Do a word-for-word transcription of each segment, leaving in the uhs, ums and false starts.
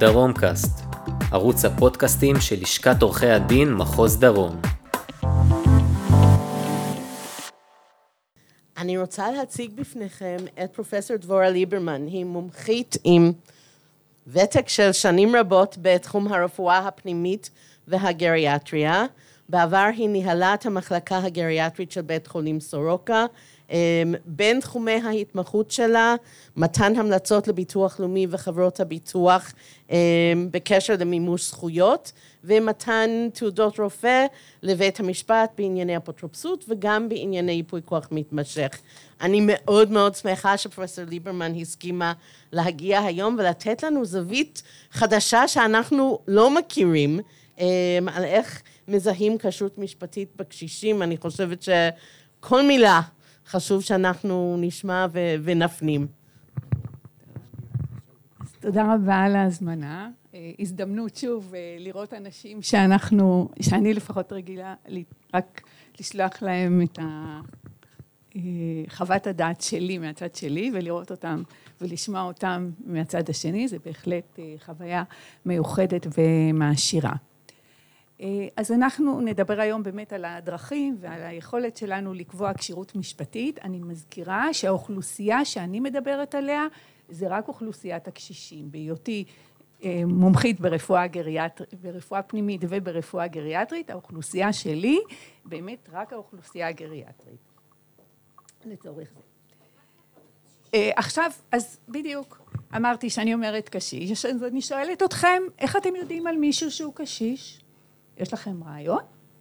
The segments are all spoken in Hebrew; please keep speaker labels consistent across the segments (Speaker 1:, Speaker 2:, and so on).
Speaker 1: דרומקאסט, ערוץ הפודקאסטים של לשכת עורכי הדין מחוז דרום.
Speaker 2: אני רוצה להציג בפניכם את פרופסור דבורה ליברמן. היא מומחית עם ותק של שנים רבות בתחום הרפואה הפנימית והגריאטריה. בעבר היא ניהלה את המחלקה הגריאטרית של בית חולים סורוקה. בין תחומי ההתמחות שלה, מתן המלצות לביטוח לאומי וחברות הביטוח בקשר למימוש זכויות, ומתן תעודות רופא לבית המשפט בענייני אפוטרופסות וגם בענייני ייפוי כוח מתמשך. אני מאוד מאוד שמחה שפרופסור ליברמן הסכימה להגיע היום ולתת לנו זווית חדשה שאנחנו לא מכירים, על איך מזהים כשרות משפטית בקשישים. אני חושבת שכל מילה חשוב שאנחנו נשמע ו- ונפנים.
Speaker 3: תודה רבה על ההזמנה. הזדמנות שוב לראות אנשים שאנחנו, שאני לפחות רגילה רק לשלוח להם את חוות הדעת שלי מהצד שלי ולראות אותם ולשמוע אותם מהצד השני. זה בהחלט חוויה מיוחדת ומעשירה. אז אנחנו נדבר היום באמת על הדרכים ועל היכולת שלנו לקבוע כשירות משפטית. אני מזכירה שהאוכלוסייה שאני מדברת עליה זה רק אוכלוסיית הקשישים. בהיותי מומחית ברפואה גריאטרית, ברפואה פנימית וברפואה גריאטרית, האוכלוסייה שלי באמת רק האוכלוסייה הגריאטרית. לצורך זה. עכשיו, אז בדיוק אמרתי שאני אומרת קשיש, אז אני שואלת אתכם, איך אתם יודעים על מישהו שהוא קשיש? יש לכם רעיון?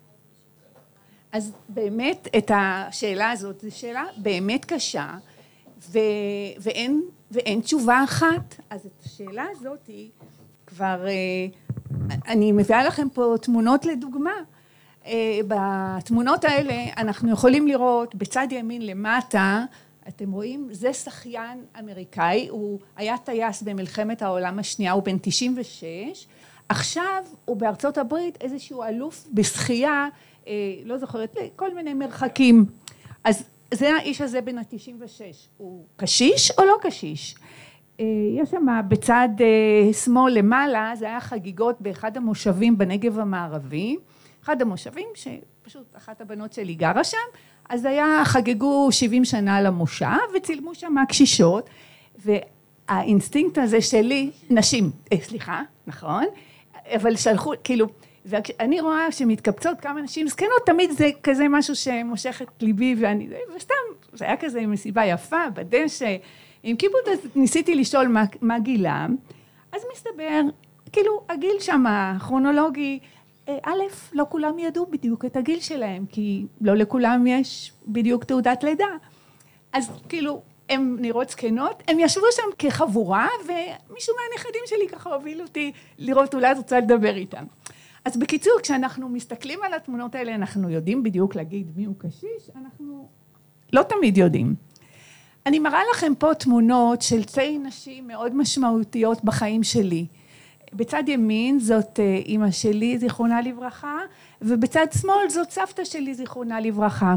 Speaker 3: אז באמת את השאלה הזאת, זו שאלה באמת קשה, ו- ואין, ואין תשובה אחת. אז את השאלה הזאת היא כבר, אני מביאה לכם פה תמונות לדוגמה. בתמונות האלה אנחנו יכולים לראות בצד ימין למטה, אתם רואים, זה שחיין אמריקאי, הוא היה טייס במלחמת העולם השנייה, הוא בן תשעים ושש, עכשיו הוא בארצות הברית איזשהו אלוף בשחייה, אה, לא זוכרת, כל מיני מרחקים. אז זה האיש הזה בן ה-תשעים ושש. הוא קשיש או לא קשיש? אה, יש שם בצד אה, שמאל למעלה, זה היה חגיגות באחד המושבים בנגב המערבי. אחד המושבים שפשוט אחת הבנות שלי גרה שם, אז היה חגגו שבעים שנה למושב וצילמו שם קשישות, והאינסטינקט הזה שלי, נשים, אה, סליחה, נכון? אבל שלחו, כאילו, ואני רואה שמתקבצות כמה נשים זקנות, תמיד זה כזה משהו שמושך את ליבי, ואני, וסתם, זה היה כזה מסיבה יפה, בדשא, עם כיבוד, אז ניסיתי לשאול מה, מה גילם, אז מסתבר, כאילו, הגיל שם, הכרונולוגי, א', לא כולם ידעו בדיוק את הגיל שלהם, כי לא לכולם יש בדיוק תעודת לידה, אז כאילו, הם נראות זקנות, הם ישבו שם כחבורה, ומישהו מהנכדים שלי ככה הוביל אותי לראות, אולי את רוצה לדבר איתם. אז בקיצור, כשאנחנו מסתכלים על התמונות האלה, אנחנו יודעים בדיוק להגיד מי הוא קשיש, אנחנו לא תמיד יודעים. אני מראה לכם פה תמונות של שתי נשים מאוד משמעותיות בחיים שלי. בצד ימין זאת אמא שלי, זיכרונה לברכה, ובצד שמאל זאת סבתא שלי, זיכרונה לברכה.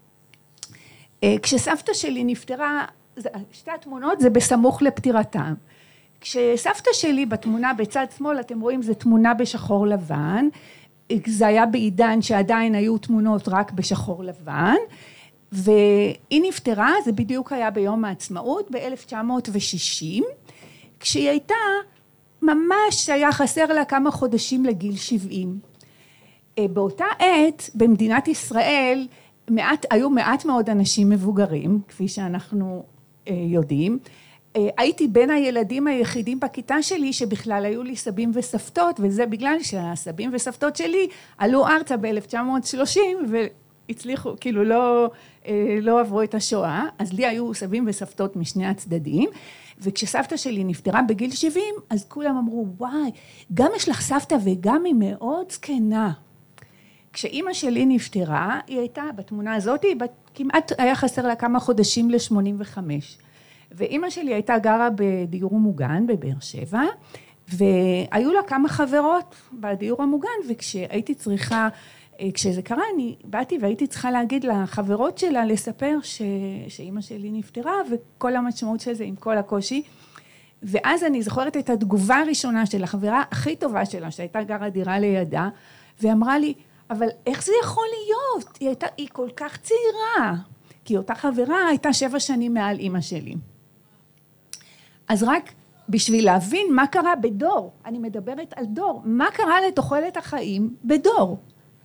Speaker 3: כשסבתא שלי נפטרה, שתי התמונות זה בסמוך לפטירתם. כשסבתא שלי בתמונה בצד שמאל, אתם רואים זה תמונה בשחור לבן, זה היה בעידן שעדיין היו תמונות רק בשחור לבן, והיא נפטרה, זה בדיוק היה ביום העצמאות ב-אלף תשע מאות ושישים, כשהיא הייתה ממש היה חסר לה כמה חודשים לגיל שבעים. באותה עת במדינת ישראל, מעט, היו מעט מאוד אנשים מבוגרים, כפי שאנחנו אה, יודעים. אה, הייתי בין הילדים היחידים בכיתה שלי שבכלל היו לי סבים וסבתות, וזה בגלל שהסבים וסבתות שלי עלו ארצה ב-אלף תשע מאות ושלושים והצליחו, כאילו לא, אה, לא עברו את השואה, אז לי היו סבים וסבתות משני הצדדים, וכשסבתא שלי נפטרה בגיל שבעים, אז כולם אמרו, וואי, גם יש לך סבתא וגם היא מאוד זקנה. כשאימא שלי נפטרה, היא הייתה בתמונה הזאת, כמעט היה חסר לה כמה חודשים ל-שמונים וחמש. ואימא שלי הייתה גרה בדיור מוגן בבאר שבע, והיו לה כמה חברות בדיור המוגן, וכשהייתי צריכה, כשזה קרה, אני באתי והייתי צריכה להגיד לחברות שלה, לספר ש... שאימא שלי נפטרה, וכל המשמעות של זה עם כל הקושי, ואז אני זוכרת את התגובה הראשונה של החברה הכי טובה שלה, שהייתה גרה דירה לידה, ואמרה לי, אבל איך זה יכול להיות? היא הייתה, היא כל כך צעירה, כי אותה חברה הייתה שבע שנים מעל אמא שלי. אז רק בשביל להבין מה קרה בדור, אני מדברת על דור, מה קרה לתוחלת החיים בדור.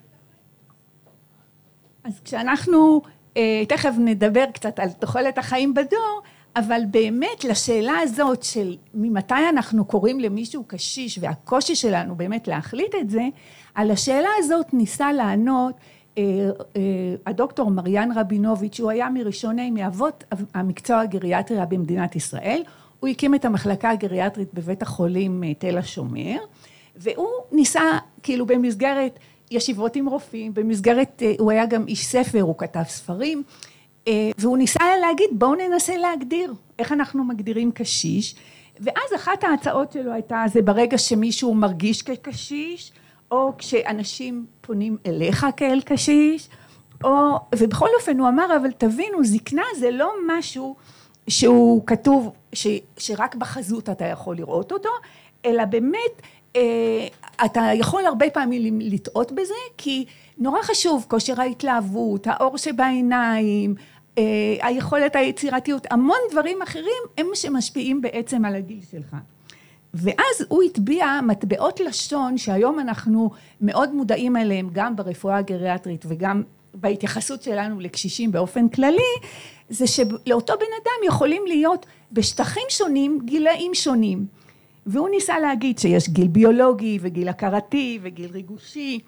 Speaker 3: אז כשאנחנו, תכף נדבר קצת על תוחלת החיים בדור, אבל באמת לשאלה הזאת של ממתי אנחנו קוראים למישהו קשיש והקושי שלנו באמת להחליט את זה, על השאלה הזאת ניסה לענות אה, אה, הדוקטור מריאן רבינוביץ', שהוא היה מראשוני מאבות המקצוע הגריאטריה במדינת ישראל, הוא הקים את המחלקה הגריאטרית בבית החולים תל השומר, והוא ניסה כאילו במסגרת ישיבות עם רופאים, במסגרת, הוא היה גם איש ספר, הוא כתב ספרים, והוא ניסה להגיד בואו ננסה להגדיר איך אנחנו מגדירים קשיש, ואז אחת ההצעות שלו הייתה זה ברגע שמישהו מרגיש כקשיש, או כשאנשים פונים אליך כאל קשיש, או, ובכל אופן הוא אמר אבל תבינו זקנה זה לא משהו שהוא כתוב ש, שרק בחזות אתה יכול לראות אותו, אלא באמת אתה יכול הרבה פעמים לטעות בזה, כי נורא חשוב כושר ההתלהבות, האור שבעיניים, היכולת היצירתיות, המון דברים אחרים הם שמשפיעים בעצם על הגיל שלך. ואז הוא הטביע מטבעות לשון שהיום אנחנו מאוד מודעים אליהם גם ברפואה הגריאטרית וגם בהתייחסות שלנו לקשישים באופן כללי, זה שלאותו בן אדם יכולים להיות בשטחים שונים גילאים שונים. והוא ניסה להגיד שיש גיל ביולוגי וגיל הכרתי וגיל ריגושי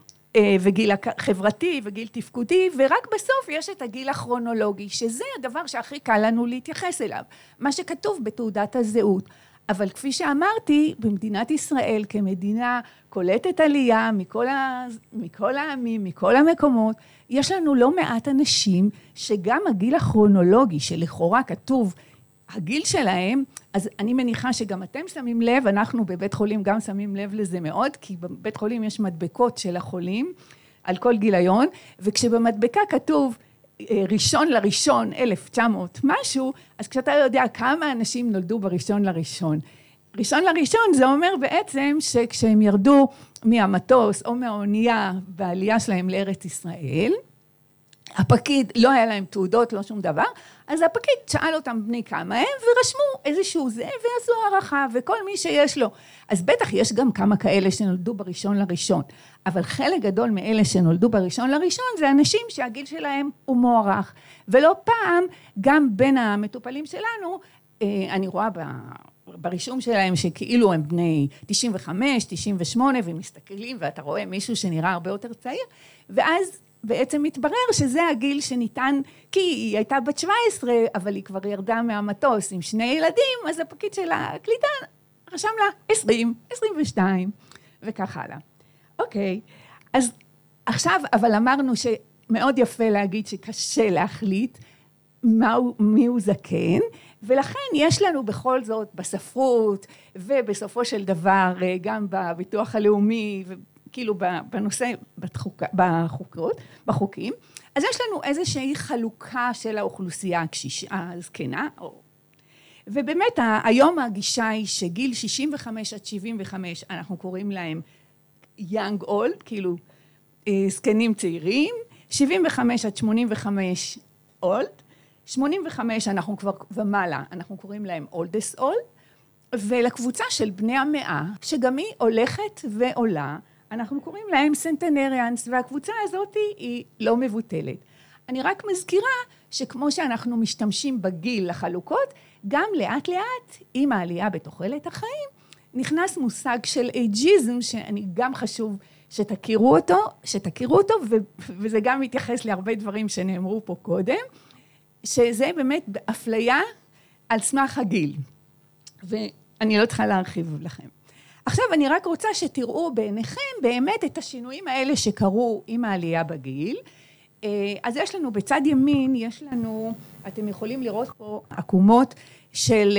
Speaker 3: וגיל חברתי וגיל תפקודי, ורק בסוף יש את הגיל הכרונולוגי, שזה הדבר שהכי קל לנו להתייחס אליו, מה שכתוב בתעודת הזהות. אבל כפי שאמרתי, במדינת ישראל כמדינה קולטת עלייה מכל, ה... מכל העמים, מכל המקומות, יש לנו לא מעט אנשים שגם הגיל הכרונולוגי שלכאורה כתוב הגיל שלהם, אז אני מניחה שגם אתם שמים לב, אנחנו בבית חולים גם שמים לב לזה מאוד, כי בבית חולים יש מדבקות של החולים על כל גיליון, וכשבמדבקה כתוב ראשון לראשון אלף תשע מאות משהו, אז כשאתה יודע כמה אנשים נולדו בראשון לראשון, ראשון לראשון זה אומר בעצם שכשהם ירדו מהמטוס או מהאונייה בעלייה שלהם לארץ ישראל, הפקיד לא היה להם תעודות, לא שום דבר, אז הפקיד שאל אותם בני כמה הם ורשמו איזשהו זה ועשו הערכה וכל מי שיש לו. אז בטח יש גם כמה כאלה שנולדו בראשון לראשון, אבל חלק גדול מאלה שנולדו בראשון לראשון זה אנשים שהגיל שלהם הוא מוערך. ולא פעם גם בין המטופלים שלנו, אני רואה ברישום שלהם שכאילו הם בני תשעים וחמש, תשעים ושמונה ומסתכלים ואתה רואה מישהו שנראה הרבה יותר צעיר, ואז בעצם מתברר שזה הגיל שניתן, כי היא הייתה בת שבע עשרה, אבל היא כבר ירדה מהמטוס עם שני ילדים, אז הפקיד של הקליטה רשם לה עשרים, עשרים ושתיים, וכך הלאה. אוקיי, אז עכשיו, אבל אמרנו שמאוד יפה להגיד שקשה להחליט מהו, מיהו זקן, ולכן יש לנו בכל זאת בספרות, ובסופו של דבר גם בביטוח הלאומי, כאילו בנושא, בחוק, בחוקות, בחוקים, אז יש לנו איזושהי חלוקה של האוכלוסייה הקשישה, הזקנה, ובאמת היום הגישה היא שגיל שישים וחמש עד שבעים וחמש, אנחנו קוראים להם young old, כאילו זקנים צעירים, שבעים וחמש עד שמונים וחמש old, שמונים וחמש אנחנו כבר ומעלה, אנחנו קוראים להם oldest old, ולקבוצה של בני המאה, שגם היא הולכת ועולה, אנחנו קוראים להם סנטנריאנס, והקבוצה הזאת היא לא מבוטלת. אני רק מזכירה שכמו שאנחנו משתמשים בגיל לחלוקות, גם לאט לאט עם העלייה בתוחלת החיים, נכנס מושג של אייג'יזם, שאני גם חשוב שתכירו אותו, שתכירו אותו, וזה גם מתייחס להרבה דברים שנאמרו פה קודם, שזה באמת אפליה על סמך הגיל. ואני לא צריכה להרחיב לכם. עכשיו אני רק רוצה שתראו בעיניכם באמת את השינויים האלה שקרו עם העלייה בגיל. אז יש לנו בצד ימין, יש לנו, אתם יכולים לראות פה עקומות של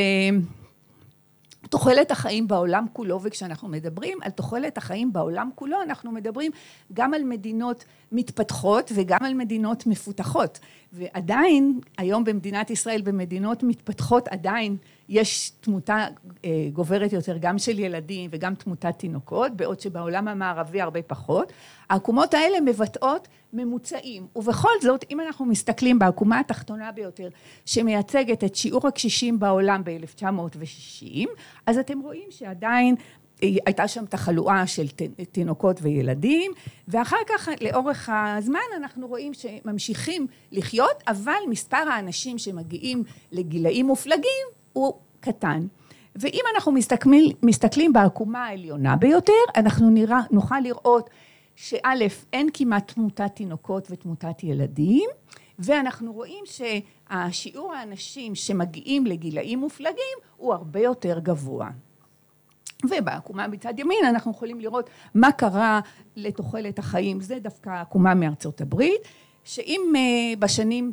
Speaker 3: תוחלת החיים בעולם כולו, וכשאנחנו מדברים על תוחלת החיים בעולם כולו, אנחנו מדברים גם על מדינות מתפתחות וגם על מדינות מפותחות. ועדיין, היום במדינת ישראל, במדינות מתפתחות, עדיין יש תמותה גוברת יותר גם של ילדים וגם תמותת תינוקות, בעוד שבעולם המערבי הרבה פחות. העקומות האלה מבטאות ממוצעים, ובכל זאת, אם אנחנו מסתכלים בעקומה התחתונה ביותר, שמייצגת את שיעור הקשישים בעולם ב-אלף תשע מאות ושישים, אז אתם רואים שעדיין הייתה שם תחלואה של תינוקות וילדים, ואחר כך לאורך הזמן אנחנו רואים שממשיכים לחיות, אבל מספר האנשים שמגיעים לגילאים מופלגים הוא קטן. ואם אנחנו מסתכלים, מסתכלים בעקומה העליונה ביותר, אנחנו נראה, נוכל לראות שא' אין כמעט תמותת תינוקות ותמותת ילדים, ואנחנו רואים שהשיעור האנשים שמגיעים לגילאים מופלגים הוא הרבה יותר גבוה. ובעקומה בצד ימין אנחנו יכולים לראות מה קרה לתוחלת החיים, זה דווקא עקומה מארצות הברית, שאם בשנים,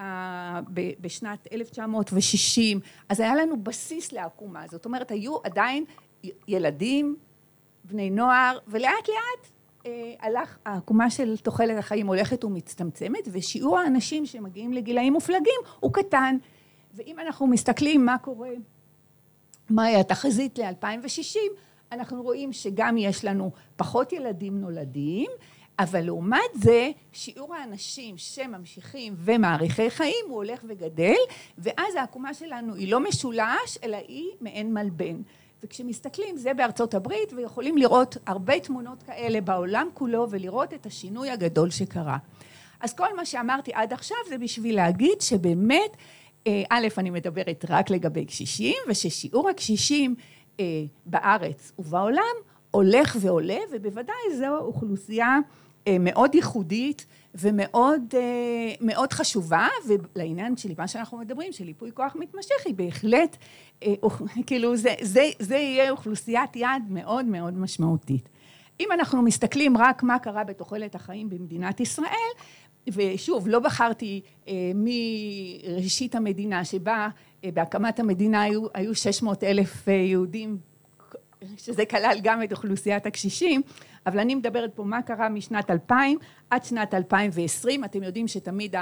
Speaker 3: בשנת אלף תשע מאות ושישים, אז היה לנו בסיס לעקומה, זאת אומרת היו עדיין ילדים, בני נוער, ולאט לאט הלך, העקומה של תוחלת החיים הולכת ומצטמצמת, ושיעור האנשים שמגיעים לגילאים מופלגים הוא קטן, ואם אנחנו מסתכלים מה קורה, מהי התחזית ל-אלפיים ושישים, אנחנו רואים שגם יש לנו פחות ילדים נולדים, אבל לעומת זה שיעור האנשים שממשיכים ומעריכי חיים הוא הולך וגדל, ואז העקומה שלנו היא לא משולש, אלא היא מעין מלבן. וכשמסתכלים, זה בארצות הברית, ויכולים לראות הרבה תמונות כאלה בעולם כולו, ולראות את השינוי הגדול שקרה. אז כל מה שאמרתי עד עכשיו זה בשביל להגיד שבאמת, א', אני מדברת רק לגבי קשישים, וששיעור הקשישים בארץ ובעולם הולך ועולה, ובוודאי זו אוכלוסייה מאוד ייחודית ומאוד מאוד חשובה, ולעניין שלי, מה שאנחנו מדברים, של ייפוי כוח מתמשך, היא בהחלט, כאילו זה, זה, זה יהיה אוכלוסיית יעד מאוד מאוד משמעותית. אם אנחנו מסתכלים רק מה קרה בתוחלת החיים במדינת ישראל, ושוב, לא בחרתי אה, מראשית המדינה, שבה אה, בהקמת המדינה היו, היו שש מאות אלף אה, יהודים, שזה כלל גם את אוכלוסיית הקשישים, אבל אני מדברת פה מה קרה משנת אלפיים עד שנת אלפיים ועשרים, אתם יודעים שתמיד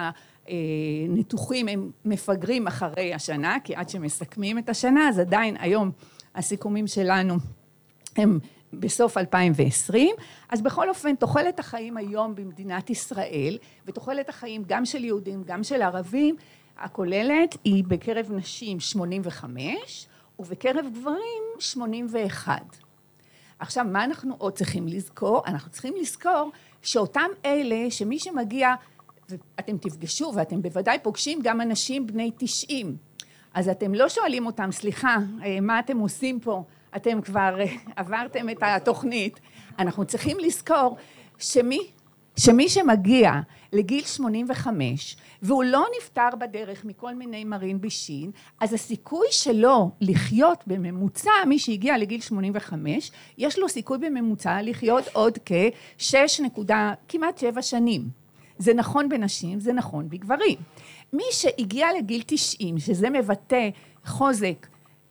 Speaker 3: הניתוחים הם מפגרים אחרי השנה, כי עד שמסכמים את השנה, אז עדיין היום הסיכומים שלנו הם בסוף אלפיים ועשרים, אז בכל אופן תוחלת החיים היום במדינת ישראל, ותוחלת החיים גם של יהודים, גם של ערבים, הכוללת היא בקרב נשים שמונים וחמש, ובקרב גברים שמונים ואחת. עכשיו, מה אנחנו עוד צריכים לזכור? אנחנו צריכים לזכור שאותם אלה, שמי שמגיע, ואתם תפגשו, ואתם בוודאי פוגשים גם אנשים בני תשעים, אז אתם לא שואלים אותם, סליחה, מה אתם עושים פה? אתם כבר עברתם את התוכנית. אנחנו צריכים לזכור שמי, שמי שמגיע לגיל שמונים וחמש, והוא לא נפטר בדרך מכל מיני מרין בישין, אז הסיכוי שלו לחיות בממוצע, מי שהגיע לגיל שמונים וחמש, יש לו סיכוי בממוצע לחיות עוד כשש נקודה, כמעט שבע שנים. זה נכון בנשים, זה נכון בגברים. מי שהגיע לגיל תשעים, שזה מבטא חוזק,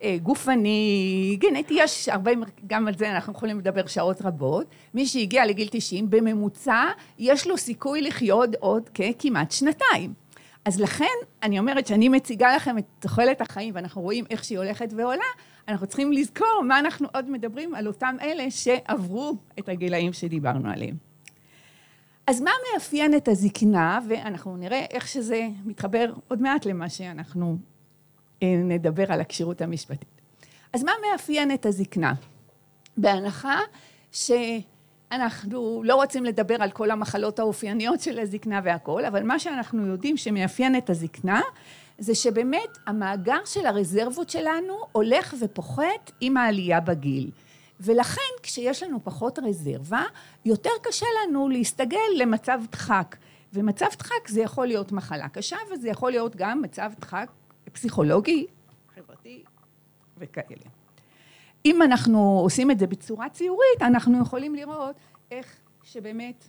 Speaker 3: גופני, גנטי, יש הרבה, גם על זה אנחנו יכולים לדבר שעות רבות, מי שהגיע לגיל תשעים, בממוצע יש לו סיכוי לחיות עוד ככמעט שנתיים. אז לכן אני אומרת שאני מציגה לכם את תוחלת החיים, ואנחנו רואים איך שהיא הולכת ועולה, אנחנו צריכים לזכור מה אנחנו עוד מדברים על אותם אלה שעברו את הגילאים שדיברנו עליהם. אז מה מאפיין את הזקנה, ואנחנו נראה איך שזה מתחבר עוד מעט למה שאנחנו נדבר על הקשירות המשפטית. אז מה מאפיין את הזקנה? בהנחה שאנחנו לא רוצים לדבר על כל המחלות האופייניות של הזקנה והכל, אבל מה שאנחנו יודעים שמאפיין את הזקנה, זה שבאמת המאגר של הרזרבות שלנו הולך ופוחת עם העלייה בגיל. ולכן כשיש לנו פחות רזרבה, יותר קשה לנו להסתגל למצב דחק. ומצב דחק זה יכול להיות מחלה קשה, וזה יכול להיות גם מצב דחק פסיכולוגי, חברתי וכאלה. אם אנחנו עושים את זה בצורה ציורית, אנחנו יכולים לראות איך שבאמת,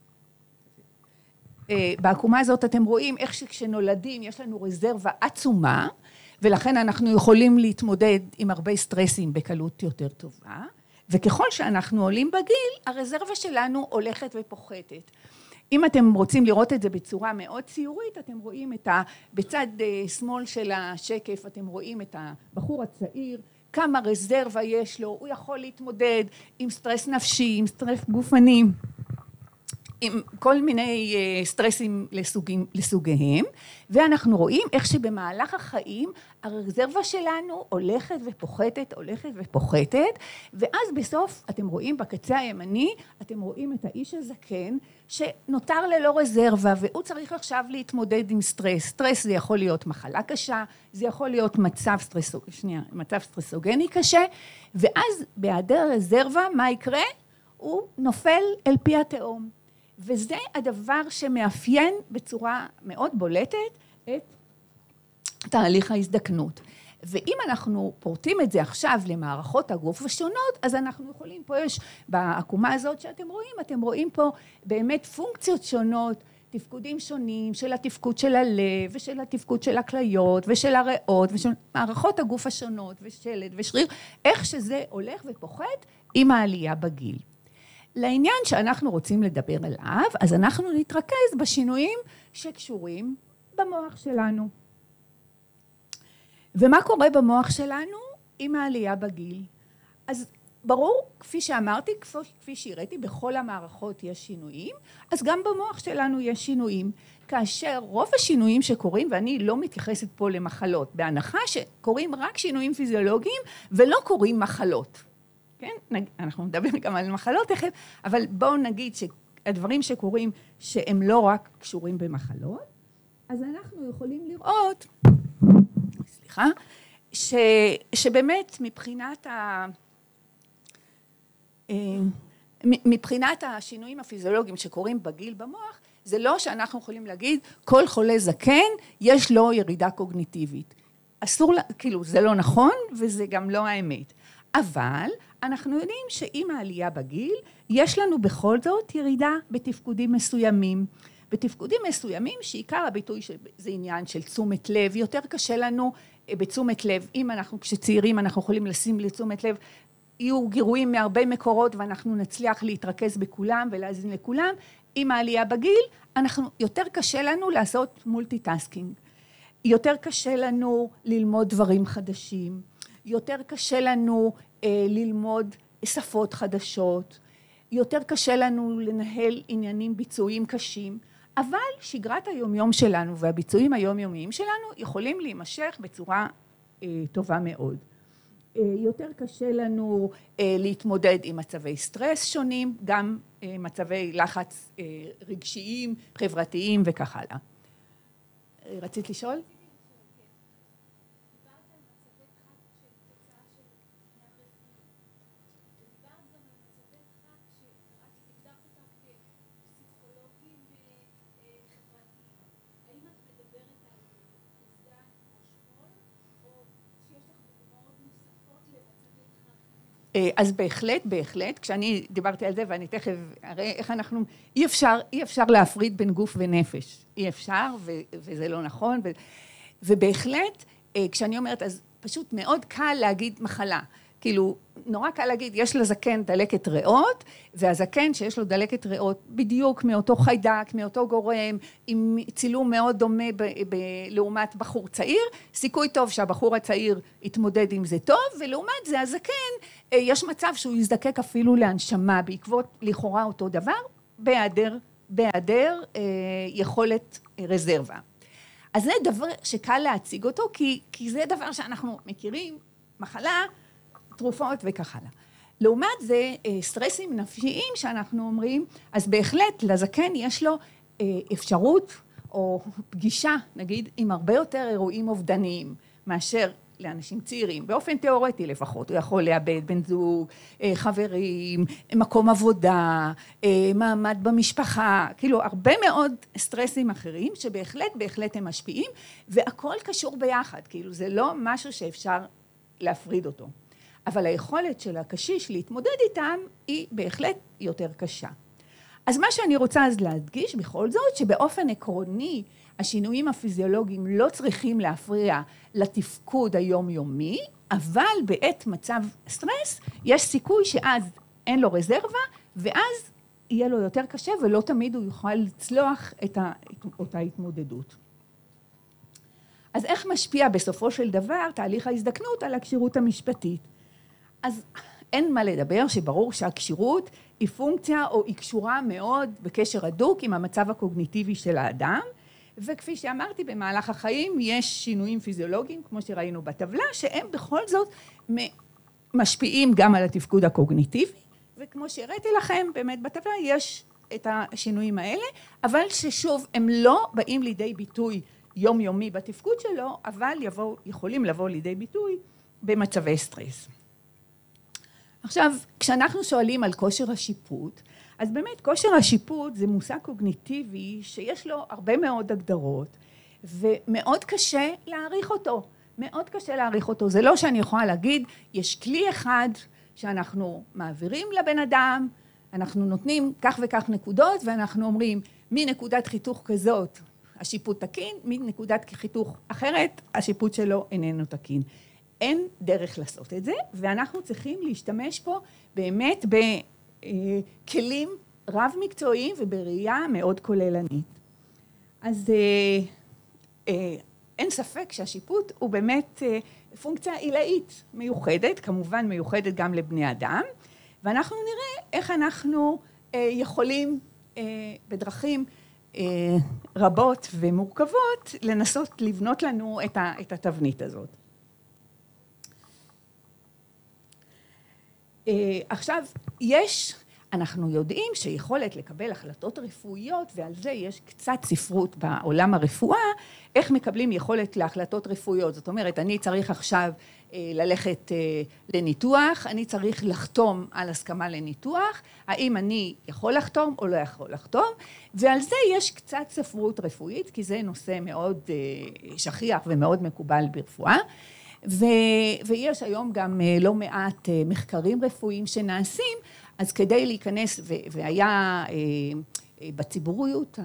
Speaker 3: בעקומה הזאת אתם רואים איך שכשנולדים יש לנו רזרבה עצומה, ולכן אנחנו יכולים להתמודד עם הרבה סטרסים בקלות יותר טובה, וככל שאנחנו עולים בגיל, הרזרבה שלנו הולכת ופוחתת. אם אתם רוצים לראות את זה בצורה מאוד ציורית, אתם רואים את ה... בצד שמאל של השקף, אתם רואים את הבחור הצעיר, כמה רזרבה יש לו, הוא יכול להתמודד עם סטרס נפשי, עם סטרס גופני, עם כל מיני סטרסים לסוגים, לסוגיהם, ואנחנו רואים איך שבמהלך החיים הרזרבה שלנו הולכת ופוחתת, הולכת ופוחתת, ואז בסוף אתם רואים בקצה הימני, אתם רואים את האיש הזקן שנותר ללא רזרבה, והוא צריך עכשיו להתמודד עם סטרס. סטרס זה יכול להיות מחלה קשה, זה יכול להיות מצב סטרס, שנייה, מצב סטרסוגני קשה, ואז בהיעדר רזרבה, מה יקרה? הוא נופל אל פי התהום. וזה הדבר שמאפיין בצורה מאוד בולטת את תהליך ההזדקנות. ואם אנחנו פורטים את זה עכשיו למערכות הגוף השונות, אז אנחנו יכולים, פה יש בעקומה הזאת שאתם רואים, אתם רואים פה באמת פונקציות שונות, תפקודים שונים של התפקוד של הלב ושל התפקוד של הכליות ושל הריאות ושל מערכות הגוף השונות ושלד ושריר, איך שזה הולך ופוחת עם העלייה בגיל. לעניין שאנחנו רוצים לדבר עליו, אז אנחנו נתרכז בשינויים שקשורים במוח שלנו. ומה קורה במוח שלנו עם העלייה בגיל? אז ברור, כפי שאמרתי, כפי שהראיתי, בכל המערכות יש שינויים, אז גם במוח שלנו יש שינויים, כאשר רוב השינויים שקורים, ואני לא מתייחסת פה למחלות, בהנחה שקורים רק שינויים פיזיולוגיים ולא קורים מחלות. כן, אנחנו נדבר גם על מחלות תכף, אבל בואו נגיד שהדברים שקורים שהם לא רק קשורים במחלות, אז אנחנו יכולים לראות, סליחה, ש, שבאמת מבחינת ה... מבחינת השינויים הפיזיולוגיים שקורים בגיל במוח, זה לא שאנחנו יכולים להגיד, כל חולה זקן יש לו ירידה קוגניטיבית. אסור, כאילו, זה לא נכון וזה גם לא האמת. אבל אנחנו יודעים שעם העלייה בגיל, יש לנו בכל זאת ירידה בתפקודים מסוימים. בתפקודים מסוימים שעיקר הביטוי זה עניין של תשומת לב, יותר קשה לנו בתשומת לב, אם אנחנו כשצעירים אנחנו יכולים לשים לתשומת לב, יהיו גירויים מהרבה מקורות ואנחנו נצליח להתרכז בכולם ולהזין לכולם, עם העלייה בגיל אנחנו יותר קשה לנו לעשות מולטיטאסקינג, יותר קשה לנו ללמוד דברים חדשים, יותר קשה לנו אה, ללמוד שפות חדשות, יותר קשה לנו לנהל עניינים ביצועיים קשים, אבל שגרת היומיום שלנו והביצועים היומיומיים שלנו יכולים להימשך בצורה אה, טובה מאוד. אה, יותר קשה לנו אה, להתמודד עם מצבי סטרס שונים, גם אה, מצבי לחץ אה, רגשיים, חברתיים וכך הלאה. אה, רצית לשאול? אז בהחלט, בהחלט, כשאני דיברתי על זה ואני תכף אראה איך אנחנו, אי אפשר, אי אפשר להפריד בין גוף ונפש, אי אפשר ו, וזה לא נכון, ו, ובהחלט כשאני אומרת אז פשוט מאוד קל להגיד מחלה, כאילו נורא קל להגיד יש לזקן דלקת ריאות, והזקן שיש לו דלקת ריאות בדיוק מאותו חיידק, מאותו גורם, עם צילום מאוד דומה ב, ב, לעומת בחור צעיר, סיכוי טוב שהבחור הצעיר יתמודד עם זה טוב, ולעומת זה הזקן, יש מצב שהוא יזדקק אפילו להנשמה, בעקבות לכאורה אותו דבר, בהיעדר, בהיעדר אה, יכולת רזרבה. אז זה דבר שקל להציג אותו, כי, כי זה דבר שאנחנו מכירים, מחלה, תרופות וכך הלאה. לעומת זה, סטרסים נפשיים שאנחנו אומרים, אז בהחלט לזקן יש לו אפשרות או פגישה, נגיד, עם הרבה יותר אירועים אובדניים, מאשר לאנשים צעירים, באופן תיאורטי לפחות, הוא יכול לאבד בן זוג, חברים, מקום עבודה, מעמד במשפחה, כאילו הרבה מאוד סטרסים אחרים, שבהחלט, בהחלט הם משפיעים, והכל קשור ביחד, כאילו זה לא משהו שאפשר להפריד אותו. אבל היכולת של הקשיש להתמודד איתם היא בהחלט יותר קשה. אז מה שאני רוצה אז להדגיש בכל זאת, שבאופן עקרוני השינויים הפיזיולוגיים לא צריכים להפריע לתפקוד היומיומי, אבל בעת מצב סטרס יש סיכוי שאז אין לו רזרבה, ואז יהיה לו יותר קשה, ולא תמיד הוא יוכל לצלוח את אותה התמודדות. אז איך משפיע בסופו של דבר תהליך ההזדקנות על הכשירות המשפטית? אז אין מה לדבר שברור שהכשירות היא פונקציה או היא קשורה מאוד בקשר הדוק עם המצב הקוגניטיבי של האדם, וכפי שאמרתי, במהלך החיים יש שינויים פיזיולוגיים, כמו שראינו בטבלה, שהם בכל זאת משפיעים גם על התפקוד הקוגניטיבי, וכמו שהראיתי לכם, באמת בטבלה יש את השינויים האלה, אבל ששוב, הם לא באים לידי ביטוי יומיומי בתפקוד שלו, אבל יבוא, יכולים לבוא לידי ביטוי במצבי סטרס. עכשיו, כשאנחנו שואלים על כושר השיפוט, אז באמת כושר השיפוט זה מושג קוגניטיבי שיש לו הרבה מאוד הגדרות, ומאוד קשה להעריך אותו, מאוד קשה להעריך אותו. זה לא שאני יכולה להגיד, יש כלי אחד שאנחנו מעבירים לבן אדם, אנחנו נותנים כך וכך נקודות, ואנחנו אומרים, מנקודת חיתוך כזאת השיפוט תקין, מנקודת חיתוך אחרת השיפוט שלו איננו תקין. אין דרך לעשות את זה, ואנחנו צריכים להשתמש פה באמת בכלים רב מקצועיים ובראייה מאוד כוללנית. אז אין ספק שהשיפוט הוא באמת פונקציה עילאית מיוחדת, כמובן מיוחדת גם לבני אדם, ואנחנו נראה איך אנחנו יכולים בדרכים רבות ומורכבות לנסות לבנות לנו את התבנית הזאת. עכשיו, יש, אנחנו יודעים שיכולת לקבל החלטות רפואיות, ועל זה יש קצת ספרות בעולם הרפואה, איך מקבלים יכולת להחלטות רפואיות. זאת אומרת, אני צריך עכשיו ללכת לניתוח, אני צריך לחתום על הסכמה לניתוח, האם אני יכול לחתום או לא יכול לחתום, ועל זה יש קצת ספרות רפואית, כי זה נושא מאוד שכיח ומאוד מקובל ברפואה. ו, ויש היום גם לא מעט מחקרים רפואיים שנעשים, אז כדי להיכנס, ו, והיה בציבוריות,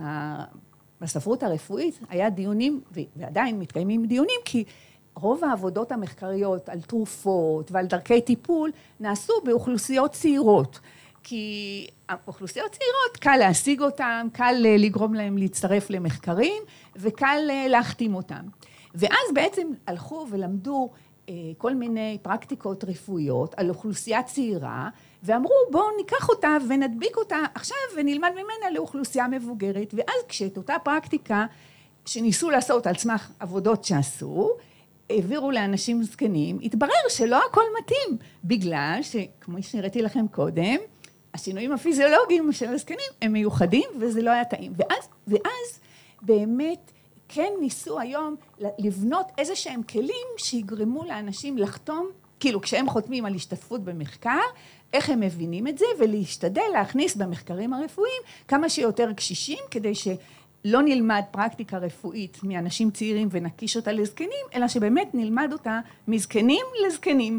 Speaker 3: בספרות הרפואית, היה דיונים, ועדיין מתקיימים דיונים, כי רוב העבודות המחקריות על תרופות ועל דרכי טיפול נעשו באוכלוסיות צעירות, כי האוכלוסיות צעירות קל להשיג אותם, קל לגרום להם להצטרף למחקרים, וקל להחתים אותם. ואז בעצם הלכו ולמדו כל מיני פרקטיקות רפואיות על אוכלוסייה צעירה, ואמרו בואו ניקח אותה ונדביק אותה עכשיו ונלמד ממנה לאוכלוסייה מבוגרת, ואז כשאת אותה פרקטיקה שניסו לעשות על סמך עבודות שעשו, העבירו לאנשים זקנים, התברר שלא הכל מתאים, בגלל שכמו שהראיתי לכם קודם, השינויים הפיזיולוגיים של הזקנים הם מיוחדים וזה לא היה טעים, ואז, ואז באמת כן ניסו היום לבנות איזה שהם כלים שיגרמו לאנשים לחתום, כאילו כשהם חותמים על השתתפות במחקר, איך הם מבינים את זה, ולהשתדל להכניס במחקרים הרפואיים כמה שיותר קשישים, כדי שלא נלמד פרקטיקה רפואית מאנשים צעירים ונקיש אותה לזקנים, אלא שבאמת נלמד אותה מזקנים לזקנים.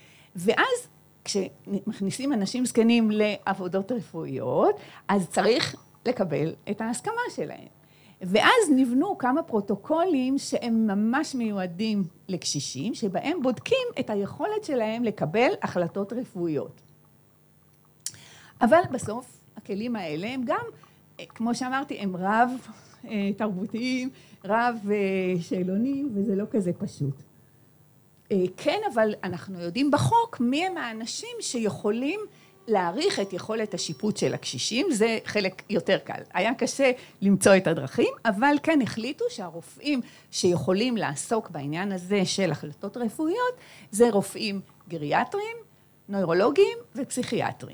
Speaker 3: ואז כשמכניסים אנשים זקנים לעבודות רפואיות, אז צריך לקבל את ההסכמה שלהם. ואז נבנו כמה פרוטוקולים שהם ממש מיועדים לקשישים, שבהם בודקים את היכולת שלהם לקבל החלטות רפואיות. אבל בסוף הכלים האלה הם גם, כמו שאמרתי, הם רב תרבותיים, רב שאלונים, וזה לא כזה פשוט. כן, אבל אנחנו יודעים בחוק מי הם האנשים שיכולים להעריך את יכולת השיפוט של הקשישים, זה חלק יותר קל. היה קשה למצוא את הדרכים, אבל כן החליטו שהרופאים שיכולים לעסוק בעניין הזה של החלטות רפואיות, זה רופאים גריאטריים, נוירולוגיים ופסיכיאטריים.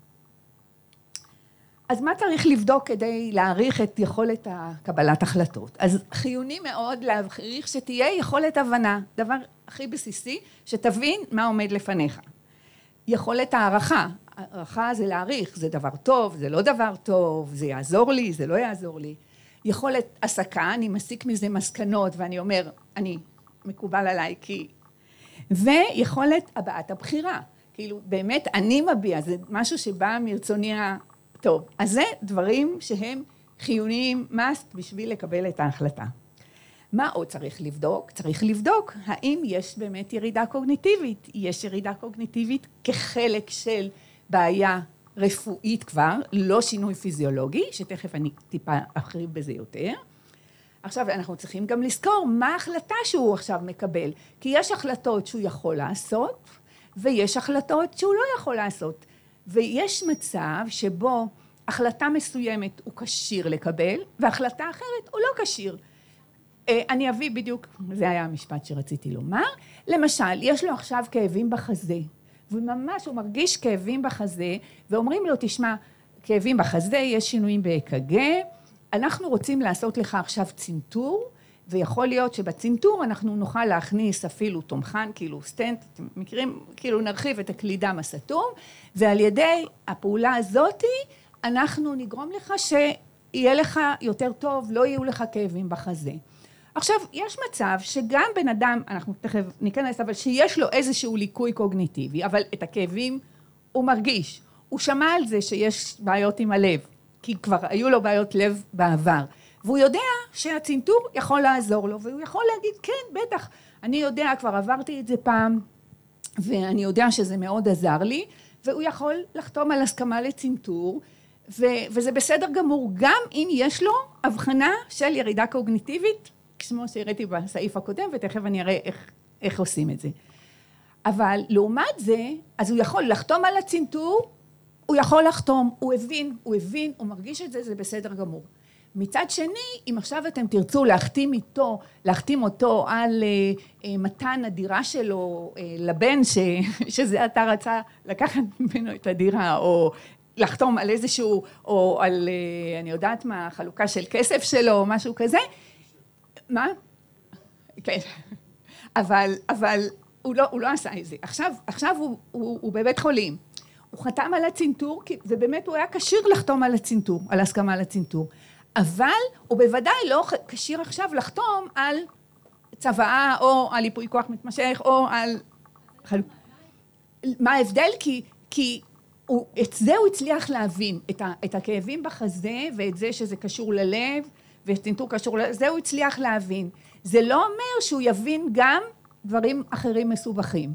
Speaker 3: אז מה צריך לבדוק כדי להעריך את יכולת קבלת החלטות? אז חיוני מאוד להעריך שתהיה יכולת הבנה, דבר הכי בסיסי, שתבין מה עומד לפניך. יכולת הערכה, הערכה זה להעריך, זה דבר טוב, זה לא דבר טוב, זה יעזור לי, זה לא יעזור לי. יכולת עסקה, אני מסיק מזה מסקנות ואני אומר, אני מקובל עליי כי... ויכולת הבעת הבחירה, כאילו באמת אני מביע, זה משהו שבא מרצוני הטוב. אז זה דברים שהם חיוניים must בשביל לקבל את ההחלטה. מה עוד צריך לבדוק? צריך לבדוק האם יש באמת ירידה קוגניטיבית. יש ירידה קוגניטיבית כחלק של בעיה רפואית כבר, לא שינוי פיזיולוגי, שתכף אני טיפה ארחיב בזה יותר. עכשיו אנחנו צריכים גם לזכור מה ההחלטה שהוא עכשיו מקבל, כי יש החלטות שהוא יכול לעשות, ויש החלטות שהוא לא יכול לעשות, ויש מצב שבו החלטה מסוימת הוא כשיר לקבל, והחלטה אחרת הוא לא כשיר. אני אביא בדיוק, זה היה המשפט שרציתי לומר, למשל, יש לו עכשיו כאבים בחזה, וממש הוא מרגיש כאבים בחזה, ואומרים לו, תשמע, כאבים בחזה, יש שינויים ב-אק"ג, אנחנו רוצים לעשות לך עכשיו צנתור, ויכול להיות שבצנתור אנחנו נוכל להכניס אפילו תומכן, כאילו סטנט, אתם מכירים, כאילו נרחיב את הקלידם הסתום, ועל ידי הפעולה הזאת, אנחנו נגרום לך שיהיה לך יותר טוב, לא יהיו לך כאבים בחזה. עכשיו, יש מצב שגם בן אדם, אנחנו תכף ניכנס, אבל שיש לו איזשהו ליקוי קוגניטיבי, אבל את הכאבים הוא מרגיש. הוא שמע על זה שיש בעיות עם הלב, כי כבר היו לו בעיות לב בעבר. והוא יודע שהצנתור יכול לעזור לו, והוא יכול להגיד, כן, בטח, אני יודע, כבר עברתי את זה פעם, ואני יודע שזה מאוד עזר לי, והוא יכול לחתום על הסכמה לצנתור, ו- וזה בסדר גמור, גם אם יש לו הבחנה של ירידה קוגניטיבית, כמו שהראיתי בסעיף הקודם, ותכף אני אראה איך, איך עושים את זה. אבל לעומת זה, אז הוא יכול לחתום על הצנתור, הוא יכול לחתום, הוא הבין, הוא הבין, הוא מרגיש את זה, זה בסדר גמור. מצד שני, אם עכשיו אתם תרצו להחתים איתו, להחתים אותו על uh, uh, מתן הדירה שלו uh, לבן, ש, שזה אתה רצה לקחת ממנו את הדירה, או לחתום על איזשהו, או על, uh, אני יודעת מה, חלוקה של כסף שלו, או משהו כזה, מה? כן. אבל, אבל הוא לא, הוא לא עשה את זה. עכשיו, עכשיו הוא, הוא, הוא בבית חולים. הוא חתם על הצנתור, ובאמת הוא היה כשיר לחתום על הצנתור, על הסכמה על הצנתור. אבל הוא בוודאי לא כשיר עכשיו לחתום על צוואה, או על ייפוי כוח מתמשך, או על... מה ההבדל? כי, כי הוא, את זה הוא הצליח להבין, את, ה, את הכאבים בחזה, ואת זה שזה קשור ללב, וצנתור קשור ללב, זה הוא הצליח להבין. זה לא אומר שהוא יבין גם דברים אחרים מסובכים.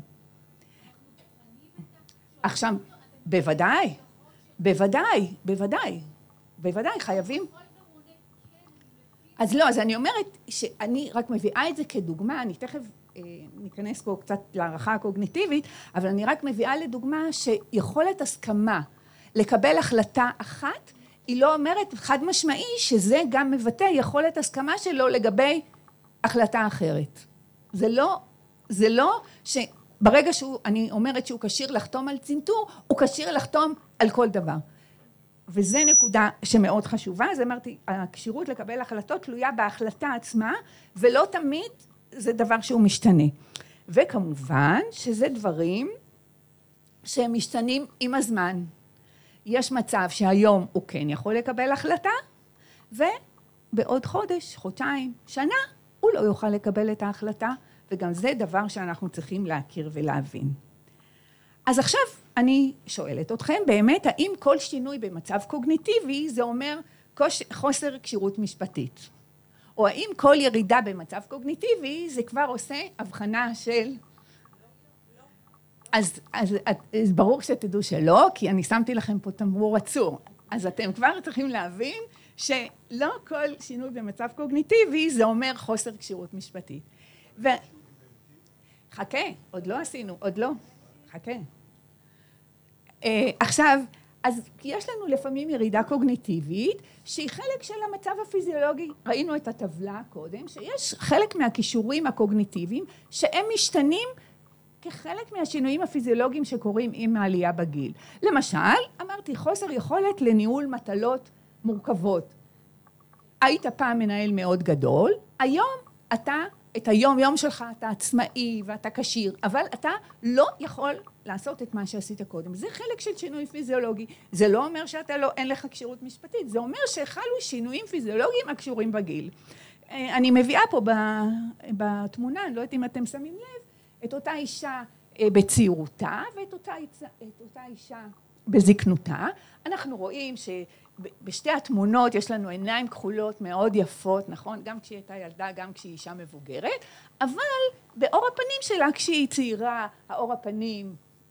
Speaker 3: עכשיו, בוודאי, בוודאי, בוודאי, בוודאי, חייבים. אז לא, אז אני אומרת שאני רק מביאה את זה כדוגמה, אני תכף אה, ניכנס פה קצת להערכה הקוגניטיבית, אבל אני רק מביאה לדוגמה שיכולת הסכמה לקבל החלטה אחת, היא לא אומרת חד משמעי שזה גם מבטא יכולת הסכמה שלו לגבי החלטה אחרת. זה לא, זה לא שברגע שהוא, אני אומרת שהוא כשיר לחתום על צנתור, הוא כשיר לחתום על כל דבר. וזה נקודה שמאוד חשובה, אז אמרתי, הקשירות לקבל החלטות תלויה בהחלטה עצמה, ולא תמיד זה דבר שהוא משתנה. וכמובן שזה דברים שהם משתנים עם הזמן. יש מצב שהיום הוא כן יכול לקבל החלטה, ובעוד חודש, חודשיים, שנה, הוא לא יוכל לקבל את ההחלטה, וגם זה דבר שאנחנו צריכים להכיר ולהבין. אז עכשיו אני שואלת אתכם, באמת, האם כל שינוי במצב קוגניטיבי זה אומר חוסר כשירות משפטית? או האם כל ירידה במצב קוגניטיבי זה כבר עושה הבחנה של... אז, אז, אז ברור שתדעו שלא, כי אני שמתי לכם פה תמרור עצור. אז אתם כבר צריכים להבין שלא כל שינוי במצב קוגניטיבי זה אומר חוסר כשירות משפטית. ו... חכה, עוד לא עשינו, עוד לא. חכה. Uh, עכשיו, אז יש לנו לפעמים ירידה קוגניטיבית, שהיא חלק של המצב הפיזיולוגי, ראינו את הטבלה קודם, שיש חלק מהכישורים הקוגניטיביים, שהם משתנים כחלק מהשינויים הפיזיולוגיים שקורים עם העלייה בגיל. למשל, אמרתי, חוסר יכולת לניהול מטלות מורכבות. היית פעם מנהל מאוד גדול, היום אתה... את היום יום שלך אתה עצמאי ואתה כשיר, אבל אתה לא יכול לעשות את מה שעשית קודם. זה חלק של שינוי פיזיולוגי. זה לא אומר שאתה לא, אין לך כשירות משפטית, זה אומר שחלו שינויים פיזיולוגיים הקשורים בגיל. אני מביאה פה בתמונה, אני לא יודעת אם אתם שמים לב, את אותה אישה בצעירותה ואת אותה, את אותה אישה בזקנותה. אנחנו רואים שבשתי התמונות יש לנו עיניים כחולות מאוד יפות, נכון? גם כשהיא הייתה ילדה, גם כשהיא אישה מבוגרת, אבל באור הפנים שלה, כשהיא צעירה, האור הפנים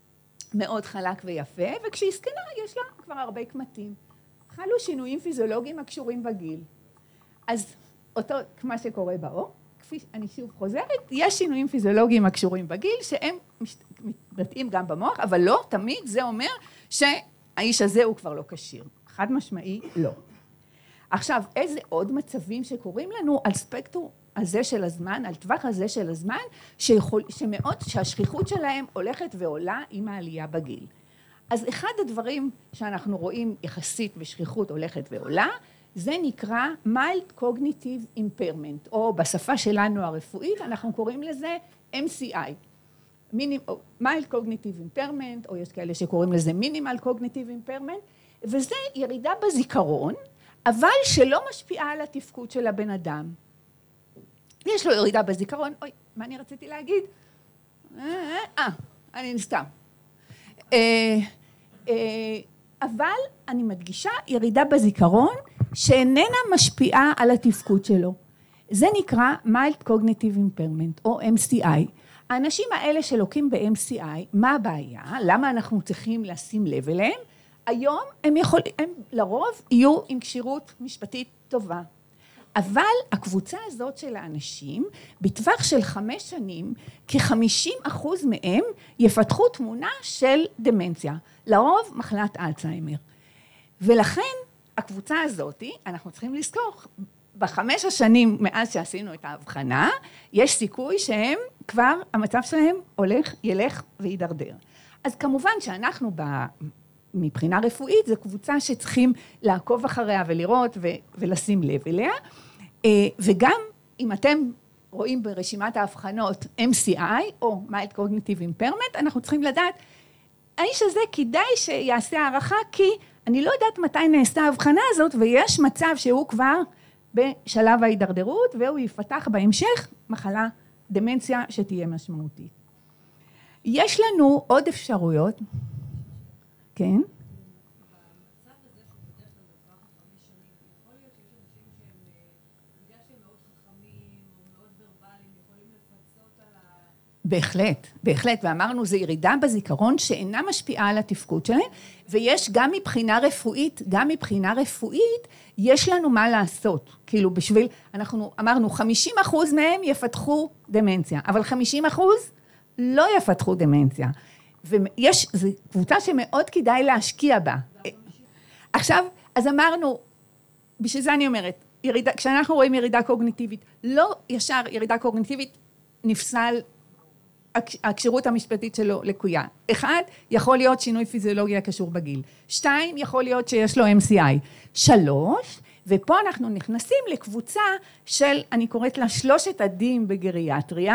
Speaker 3: מאוד חלק ויפה, וכשהיא זקנה יש לה כבר הרבה קמטים. חלו שינויים פיזיולוגיים הקשורים בגיל. אז אותו, מה שקורה באור, כפי שאני שוב חוזרת, יש שינויים פיזיולוגיים הקשורים בגיל, שהם מתבטאים גם במוח, אבל לא תמיד זה אומר שהאיש הזה הוא כבר לא כשיר. חד משמעי, לא. עכשיו, איזה עוד מצבים שקורים לנו על ספקטרום הזה של הזמן, על טווח הזה של הזמן, שיכול, שמאוד, שהשכיחות שלהם הולכת ועולה עם העלייה בגיל. אז אחד הדברים שאנחנו רואים יחסית בשכיחות הולכת ועולה, זה נקרא mild cognitive impairment, או בשפה שלנו הרפואית, אנחנו קוראים לזה M C I. mild cognitive impairment, או יש כאלה שקוראים לזה minimal cognitive impairment, וזה ירידה בזיכרון, אבל שלא משפיעה על התפקוד של הבן אדם. יש לו ירידה בזיכרון, אוי, מה אני רציתי להגיד? אה, אה, אני נסתם. אבל אני מדגישה ירידה בזיכרון שאיננה משפיעה על התפקוד שלו. זה נקרא mild cognitive impairment או M C I. האנשים האלה שלוקים ב-M C I, מה הבעיה? למה אנחנו צריכים לשים לב אליהם? היום הם יכולים, הם לרוב יהיו עם כשירות משפטית טובה. אבל הקבוצה הזאת של האנשים, בטווח של חמש שנים, כ-חמישים אחוז מהם יפתחו תמונה של דמנציה, לרוב מחלת אלצהיימר. ולכן הקבוצה הזאת, אנחנו צריכים לזכור, בחמש השנים מאז שעשינו את ההבחנה, יש סיכוי שהם כבר, המצב שלהם הולך, ילך וידרדר. אז כמובן שאנחנו ב... מבחינה רפואית, זו קבוצה שצריכים לעקוב אחריה ולראות ו- ולשים לב אליה, וגם אם אתם רואים ברשימת ההבחנות M C I או mild cognitive impairment, אנחנו צריכים לדעת, האיש הזה כדאי שיעשה הערכה, כי אני לא יודעת מתי נעשתה ההבחנה הזאת, ויש מצב שהוא כבר בשלב ההידרדרות, והוא יפתח בהמשך מחלה דמנציה שתהיה משמעותית. יש לנו עוד אפשרויות, כן?
Speaker 4: במצב הזה שבדרך כלל בטווח החמש שנים, יכול להיות שיש אנשים שהם, בגלל שהם מאוד חכמים או מאוד ורבליים, יכולים לפצות על ה...
Speaker 3: בהחלט, בהחלט, ואמרנו, זה ירידה בזיכרון שאינה משפיעה על התפקוד שלהם, ויש גם מבחינה רפואית, גם מבחינה רפואית, יש לנו מה לעשות, כאילו בשביל, אנחנו אמרנו, חמישים אחוז מהם יפתחו דמנציה, אבל חמישים אחוז לא יפתחו דמנציה. ויש, זו קבוצה שמאוד כדאי להשקיע בה. עכשיו, אז אמרנו, בשביל זה אני אומרת, ירידה, כשאנחנו רואים ירידה קוגניטיבית, לא ישר ירידה קוגניטיבית נפסל, הקשירות המשפטית שלו לקויה. אחד, יכול להיות שינוי פיזיולוגי הקשור בגיל. שתיים, יכול להיות שיש לו M C I. שלוש, ופה אנחנו נכנסים לקבוצה של, אני קוראת לה שלושת עדים בגריאטריה,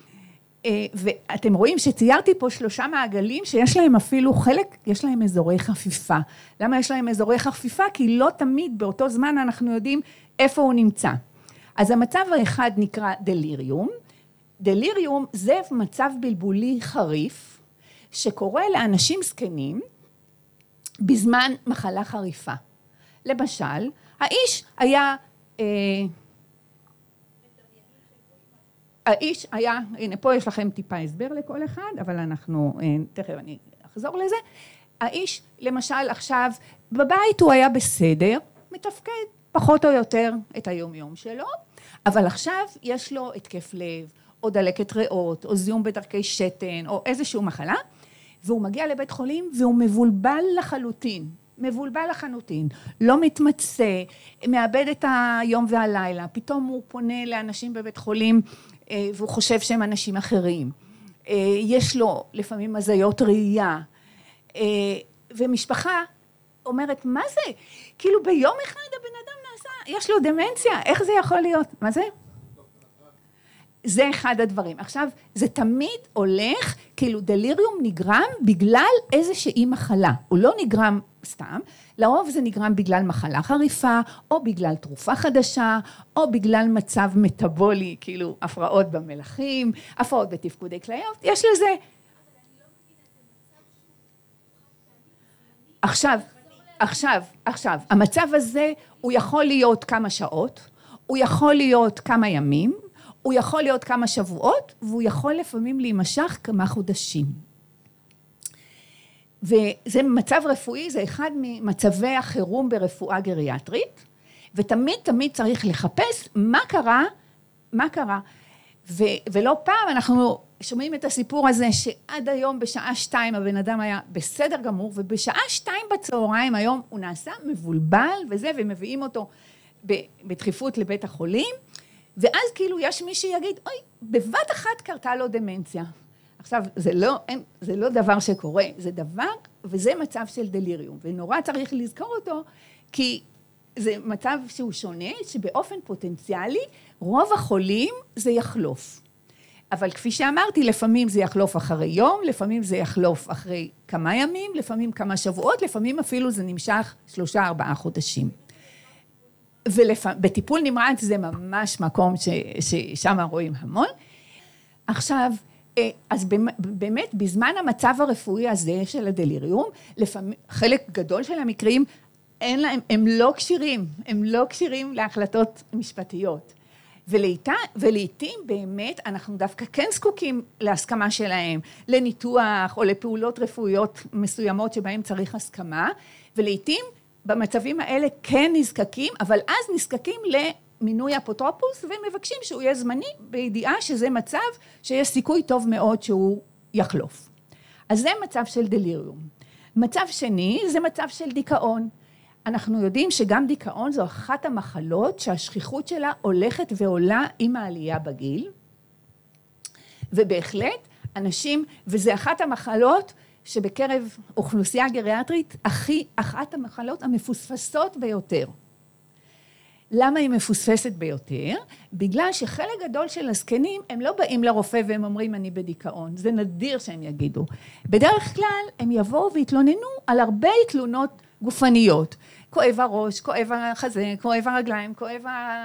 Speaker 3: ואתם רואים שציירתי פה שלושה מעגלים שיש להם אפילו חלק, יש להם אזורי חפיפה. למה יש להם אזורי חפיפה? כי לא תמיד באותו זמן אנחנו יודעים איפה הוא נמצא. אז המצב האחד נקרא דליריום. דליריום זה מצב בלבולי חריף שקורה לאנשים זקנים בזמן מחלה חריפה. למשל, האיש היה... אה, האיש היה, הנה פה יש לכם טיפה הסבר לכל אחד, אבל אנחנו, תכף אני אחזור לזה. האיש למשל עכשיו, בבית הוא היה בסדר, מתפקד פחות או יותר את היום יום שלו, אבל עכשיו יש לו התקף לב, או דלקת ריאות, או זיהום בדרכי שתן, או איזשהו מחלה, והוא מגיע לבית חולים והוא מבולבל לחלוטין. מבולבל לחלוטין, לא מתמצא, מאבד את היום והלילה, פתאום הוא פונה לאנשים בבית חולים והוא חושב שהם אנשים אחרים. יש לו לפעמים הזיות ראייה, ומשפחה אומרת, מה זה? כאילו ביום אחד הבן אדם נעשה, יש לו דמנציה, איך זה יכול להיות? מה זה? זה אחד הדברים. עכשיו, זה תמיד הולך, כאילו דליריום נגרם בגלל איזושהי מחלה. הוא לא נגרם סתם, לרוב זה נגרם בגלל מחלה חריפה, או בגלל תרופה חדשה, או בגלל מצב מטאבולי, כאילו הפרעות במלחים, הפרעות בתפקודי כליות, יש לזה. עכשיו, עכשיו, עכשיו, המצב הזה הוא יכול להיות כמה שעות, הוא יכול להיות כמה ימים, הוא יכול להיות כמה שבועות, והוא יכול לפעמים להימשך כמה חודשים. וזה מצב רפואי, זה אחד ממצבי החירום ברפואה גריאטרית, ותמיד תמיד צריך לחפש מה קרה, מה קרה. ו, ולא פעם אנחנו שומעים את הסיפור הזה שעד היום בשעה שתיים הבן אדם היה בסדר גמור, ובשעה שתיים בצהריים היום הוא נעשה מבולבל וזה, ומביאים אותו בדחיפות לבית החולים, ואז כאילו יש מי שיגיד, אוי, בבת אחת קרתה לו דמנציה. עכשיו, זה לא, אין, זה לא דבר שקורה, זה דבר, וזה מצב של דליריום, ונורא צריך לזכור אותו, כי זה מצב שהוא שונה, שבאופן פוטנציאלי, רוב החולים זה יחלוף. אבל כפי שאמרתי, לפעמים זה יחלוף אחרי יום, לפעמים זה יחלוף אחרי כמה ימים, לפעמים כמה שבועות, לפעמים אפילו זה נמשך שלושה, ארבעה חודשים. ובטיפול נמרץ זה ממש מקום ששם רואים המון. עכשיו, אז באמת בזמן המצב הרפואי הזה של הדליריום, לפעמים, חלק גדול של המקרים, אין להם, הם לא קשירים, הם לא קשירים להחלטות משפטיות. ולעיתים, ולעיתים באמת אנחנו דווקא כן זקוקים להסכמה שלהם, לניתוח או לפעולות רפואיות מסוימות שבהם צריך הסכמה, ולעיתים במצבים האלה כן נזקקים, אבל אז נזקקים למינוי אפוטרופוס ומבקשים שהוא יהיה זמני בידיעה שזה מצב שיש סיכוי טוב מאוד שהוא יחלוף. אז זה מצב של דליריום. מצב שני זה מצב של דיכאון. אנחנו יודעים שגם דיכאון זו אחת המחלות שהשכיחות שלה הולכת ועולה עם העלייה בגיל, ובהחלט אנשים, וזה אחת המחלות שבקרב אוכלוסייה גריאטרית, הכי, אחת המחלות המפוספסות ביותר. למה היא מפוספסת ביותר? בגלל שחלק גדול של הזקנים, הם לא באים לרופא והם אומרים אני בדיכאון, זה נדיר שהם יגידו. בדרך כלל הם יבואו והתלוננו על הרבה תלונות גופניות, כואב הראש, כואב החזה, כואב הרגליים, כואב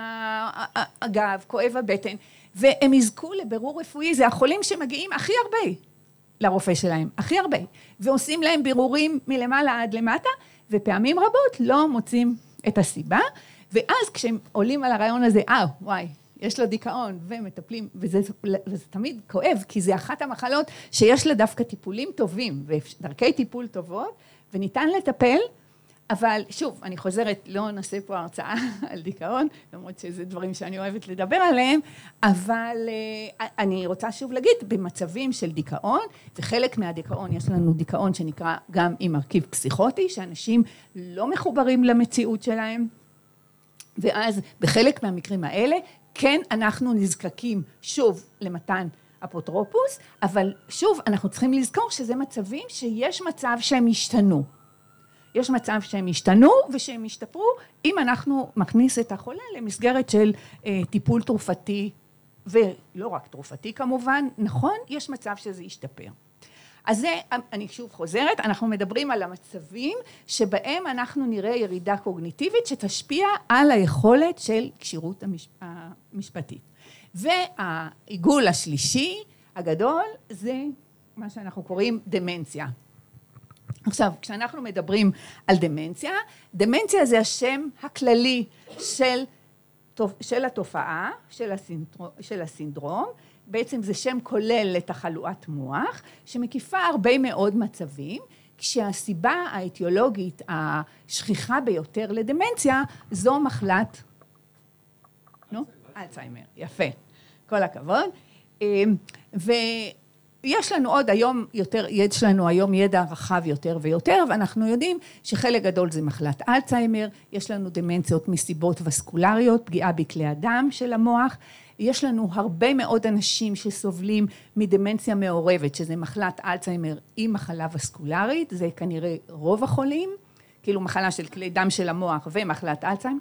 Speaker 3: הגב, כואב הבטן, והם יזכו לבירור רפואי, זה החולים שמגיעים הכי הרבה לרופא שלהם, הכי הרבה, ועושים להם בירורים מלמעלה עד למטה, ופעמים רבות לא מוצאים את הסיבה, ואז כשהם עולים על הרעיון הזה, אה, וואי, יש לו דיכאון, ומטפלים, וזה, וזה תמיד כואב, כי זה אחת המחלות שיש לה דווקא טיפולים טובים, ודרכי טיפול טובות, וניתן לטפל, אבל שוב, אני חוזרת, לא נעשה פה הרצאה על דיכאון, למרות שזה דברים שאני אוהבת לדבר עליהם, אבל אני רוצה שוב להגיד, במצבים של דיכאון, וחלק מהדיכאון, יש לנו דיכאון שנקרא גם עם מרכיב פסיכוטי, שאנשים לא מחוברים למציאות שלהם, ואז בחלק מהמקרים האלה, כן אנחנו נזקקים שוב למתן אפוטרופוס, אבל שוב אנחנו צריכים לזכור שזה מצבים שיש מצב שהם השתנו. יש מצב שהם השתנו ושהם השתפרו, אם אנחנו מכניס את החולה למסגרת של אה, טיפול תרופתי, ולא רק תרופתי כמובן, נכון, יש מצב שזה ישתפר. אז זה, אני שוב חוזרת, אנחנו מדברים על המצבים שבהם אנחנו נראה ירידה קוגניטיבית שתשפיע על היכולת של כשירות המשפטית. והעיגול השלישי הגדול זה מה שאנחנו קוראים דמנציה. עכשיו, כשאנחנו מדברים על דמנציה, דמנציה זה השם הכללי של, של התופעה, של הסינדרום, של הסינדרום, בעצם זה שם כולל לתחלואת מוח, שמקיפה הרבה מאוד מצבים, כשהסיבה האטיולוגית השכיחה ביותר לדמנציה, זו מחלת, נו, אלצהיימר, יפה, כל הכבוד, ויש לנו עוד היום יותר, יש לנו היום ידע רחב יותר ויותר, ואנחנו יודעים שחלק גדול זה מחלת אלצהיימר, יש לנו דמנציות מסיבות וסקולריות, פגיעה בכלי הדם של המוח, יש לנו הרבה מאוד אנשים שסובלים מדמנציה מעורבת, שזה מחלת אלצהיימר עם מחלה וסקולרית, זה כנראה רוב החולים, כאילו מחלה של כלי דם של המוח ומחלת אלצהיימר.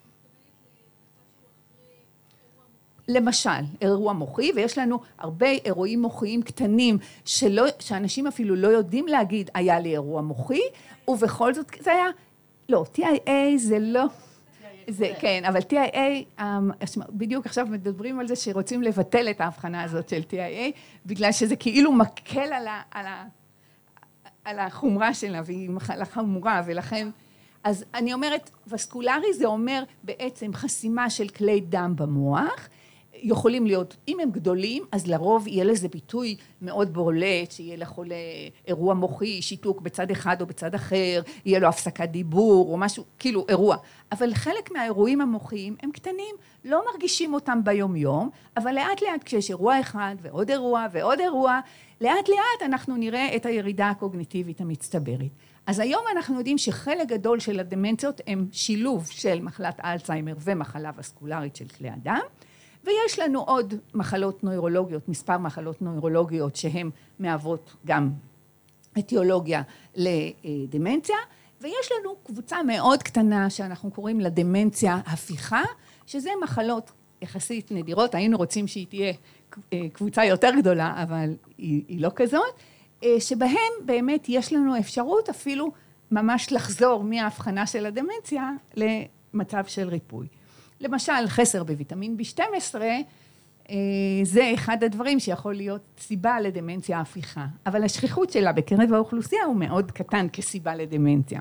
Speaker 3: למשל, אירוע מוחי, ויש לנו הרבה אירועים מוחיים קטנים, שלא, שאנשים אפילו לא יודעים להגיד, היה לי אירוע מוחי, ובכל זאת זה היה, לא, טי איי איי זה לא, זה, כן, אבל טי איי איי, בדיוק עכשיו מדברים על זה שרוצים לבטל את ההבחנה הזאת של טי איי איי, בגלל שזה כאילו מקל על, ה, על, ה, על החומרה שלה, והיא מחלה חמורה, ולכן, אז אני אומרת, וסקולרי זה אומר בעצם חסימה של כלי דם במוח, יכולים להיות, אם הם גדולים, אז לרוב יהיה לזה ביטוי מאוד בולט, שיהיה לחולה אירוע מוחי, שיתוק בצד אחד או בצד אחר, יהיה לו הפסקת דיבור או משהו, כאילו אירוע. אבל חלק מהאירועים המוחיים הם קטנים, לא מרגישים אותם ביום יום, אבל לאט לאט כשיש אירוע אחד ועוד אירוע ועוד אירוע, לאט לאט אנחנו נראה את הירידה הקוגניטיבית המצטברת. אז היום אנחנו יודעים שחלק גדול של הדמנציות הם שילוב של מחלת אלצהיימר ומחלה וסקולרית של כלי הדם, ויש לנו עוד מחלות נוירולוגיות, מספר מחלות נוירולוגיות שהן מהוות גם אטיולוגיה לדמנציה, ויש לנו קבוצה מאוד קטנה שאנחנו קוראים לה דמנציה הפיכה, שזה מחלות יחסית נדירות, היינו רוצים שהיא תהיה קבוצה יותר גדולה, אבל היא, היא לא כזאת, שבהם באמת יש לנו אפשרות אפילו ממש לחזור מההבחנה של הדמנציה למצב של ריפוי. למשל, חסר בוויטמין בי שתים עשרה, זה אחד הדברים שיכול להיות סיבה לדמנציה הפיכה, אבל השכיחות שלה בקרב האוכלוסייה הוא מאוד קטן כסיבה לדמנציה.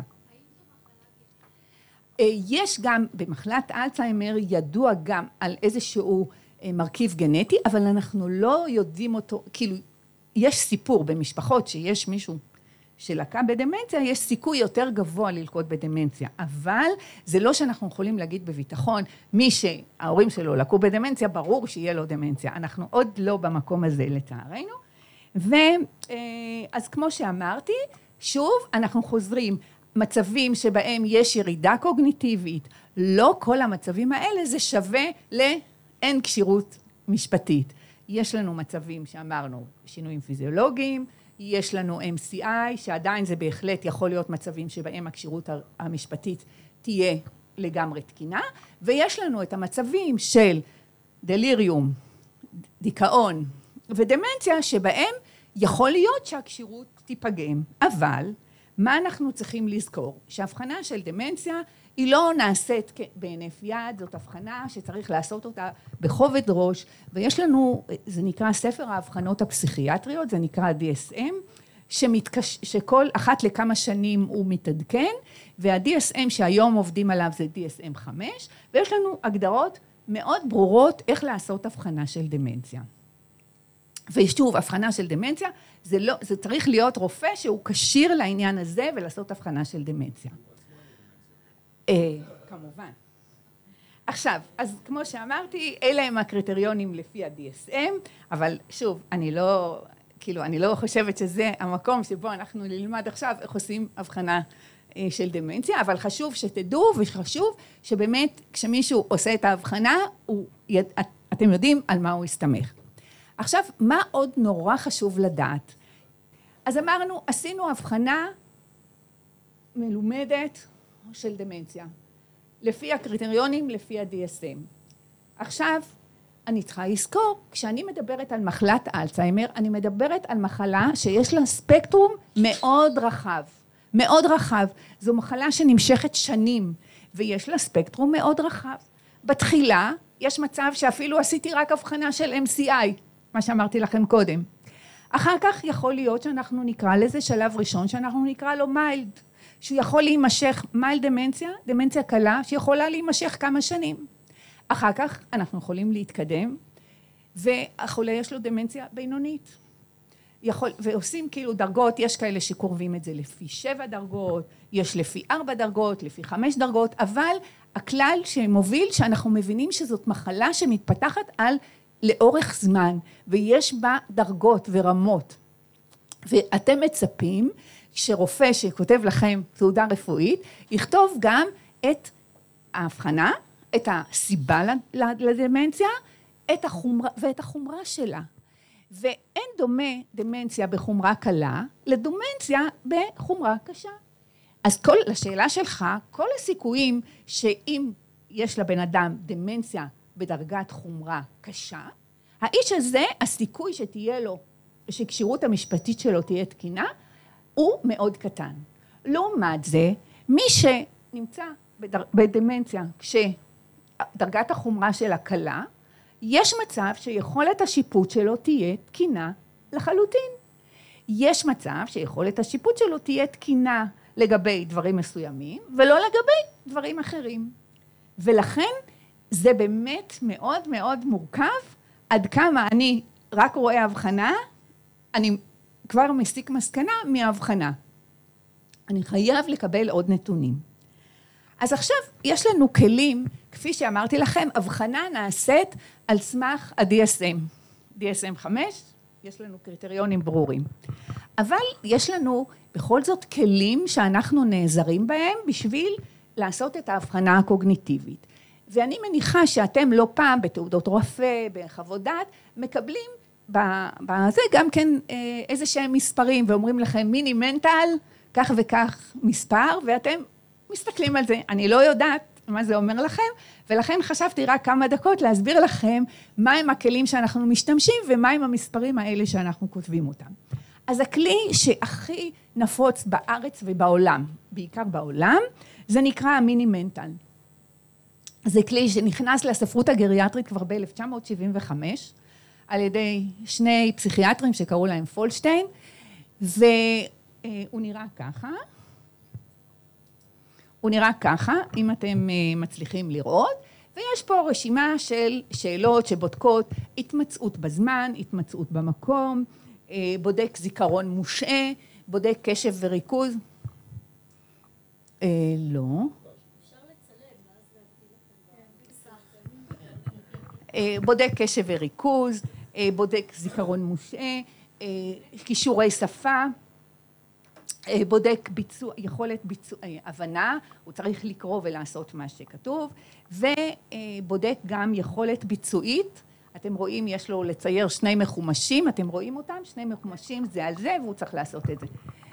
Speaker 3: יש גם במחלת אלצהיימר ידוע גם על איזשהו מרכיב גנטי, אבל אנחנו לא יודעים אותו, כאילו יש סיפור במשפחות שיש מישהו שלקה בדמנציה, יש סיכוי יותר גבוה ללקות בדמנציה, אבל זה לא שאנחנו יכולים להגיד בביטחון, מי שההורים שלו לקו בדמנציה, ברור שיהיה לו דמנציה, אנחנו עוד לא במקום הזה לצערנו, ואז כמו שאמרתי, שוב אנחנו חוזרים, מצבים שבהם יש ירידה קוגניטיבית, לא כל המצבים האלה זה שווה לאין כשירות משפטית. יש לנו מצבים שאמרנו שינויים פיזיולוגיים, יש לנו אם סי איי שעדיין זה בהחלט יכול להיות מצבים שבהם הכשירות המשפטית תהיה לגמרי תקינה, ויש לנו את המצבים של דליריום, דיכאון ודמנציה שבהם יכול להיות שהכשירות תיפגם, אבל מה אנחנו צריכים לזכור? שההבחנה של דמנציה היא לא נעשית בהינף יד, זאת הבחנה שצריך לעשות אותה בכובד ראש, ויש לנו, זה נקרא ספר ההבחנות הפסיכיאטריות, זה נקרא די אס אם, שמתקש, שכל אחת לכמה שנים הוא מתעדכן, וה-די אס אם שהיום עובדים עליו זה די אס אם חמש, ויש לנו הגדרות מאוד ברורות איך לעשות הבחנה של דמנציה. ושוב, הבחנה של דמנציה, זה, לא, זה צריך להיות רופא שהוא כשיר לעניין הזה ולעשות הבחנה של דמנציה. אה, כמובן. עכשיו, אז כמו שאמרתי, אלה הם הקריטריונים לפי ה-די אס אם, אבל שוב, אני לא, כאילו, אני לא חושבת שזה המקום שבו אנחנו נלמד עכשיו איך עושים הבחנה של דמנציה, אבל חשוב שתדעו וחשוב שבאמת כשמישהו עושה את ההבחנה, הוא, אתם יודעים על מה הוא יסתמך. עכשיו, מה עוד נורא חשוב לדעת? אז אמרנו, עשינו הבחנה מלומדת של דמנציה, לפי הקריטריונים, לפי ה-די אס אם. עכשיו, אני צריכה לזכור, כשאני מדברת על מחלת אלצהיימר, אני מדברת על מחלה שיש לה ספקטרום מאוד רחב, מאוד רחב. זו מחלה שנמשכת שנים, ויש לה ספקטרום מאוד רחב. בתחילה, יש מצב שאפילו עשיתי רק הבחנה של אם סי איי, מה שאמרתי לכם קודם. אחר כך יכול להיות שאנחנו נקרא לזה שלב ראשון, שאנחנו נקרא לו מיילד, שהוא יכול להימשך, מיילד דמנציה, דמנציה קלה, שיכולה להימשך כמה שנים. אחר כך אנחנו יכולים להתקדם, והחולה יש לו דמנציה בינונית. יכול, ועושים כאילו דרגות, יש כאלה שקורבים את זה לפי שבע דרגות, יש לפי ארבע דרגות, לפי חמש דרגות, אבל הכלל שמוביל שאנחנו מבינים שזאת מחלה שמתפתחת על לאורך זמן, ויש בה דרגות ורמות. ואתם מצפים שרופא שכותב לכם תעודה רפואית, יכתוב גם את ההבחנה, את הסיבה לדמנציה, את החומרה, ואת החומרה שלה. ואין דומה דמנציה בחומרה קלה, לדמנציה בחומרה קשה. אז כל, לשאלה שלך, כל הסיכויים שאם יש לבן אדם דמנציה בדרגת חומרה קשה, האיש הזה, הסיכוי שתהיה לו, שקשירות המשפטית שלו תהיה תקינה, הוא מאוד קטן. לעומת זה, מי שנמצא בדר, בדמנציה, כשדרגת החומרה שלה קלה, יש מצב שיכולת השיפוט שלו תהיה תקינה לחלוטין. יש מצב שיכולת השיפוט שלו תהיה תקינה לגבי דברים מסוימים, ולא לגבי דברים אחרים. ולכן זה באמת מאוד מאוד מורכב עד כמה אני רק רואה הבחנה, אני כבר מסיק מסקנה מההבחנה. אני חייב לקבל עוד נתונים. אז עכשיו יש לנו כלים, כפי שאמרתי לכם, הבחנה נעשית על סמך ה-די אס אם. די אס אם חמש, יש לנו קריטריונים ברורים. אבל יש לנו בכל זאת כלים שאנחנו נעזרים בהם בשביל לעשות את ההבחנה הקוגניטיבית. ואני מניחה שאתם לא פעם בתעודות רופא, בחוות דעת, מקבלים בזה גם כן איזה שהם מספרים, ואומרים לכם מיני מנטל, כך וכך מספר, ואתם מסתכלים על זה. אני לא יודעת מה זה אומר לכם, ולכן חשבתי רק כמה דקות להסביר לכם מהם הכלים שאנחנו משתמשים, ומהם המספרים האלה שאנחנו כותבים אותם. אז הכלי שהכי נפוץ בארץ ובעולם, בעיקר בעולם, זה נקרא המיני מנטל. זה כלי שנכנס לספרות הגריאטרית כבר ב-אלף תשע מאות שבעים וחמש, על ידי שני פסיכיאטרים שקראו להם פולשטיין, והוא נראה ככה. הוא נראה ככה, אם אתם מצליחים לראות, ויש פה רשימה של שאלות שבודקות התמצאות בזמן, התמצאות במקום, בודק זיכרון מושעה, בודק קשב וריכוז. לא. בודק קשב וריכוז, בודק זיכרון מושעה, כישורי שפה, בודק ביצוע, יכולת ביצוע, הבנה, הוא צריך לקרוא ולעשות מה שכתוב, ובודק גם יכולת ביצועית. אתם רואים, יש לו לצייר שני מחומשים, אתם רואים אותם? שני מחומשים זה על זה, והוא צריך לעשות את זה.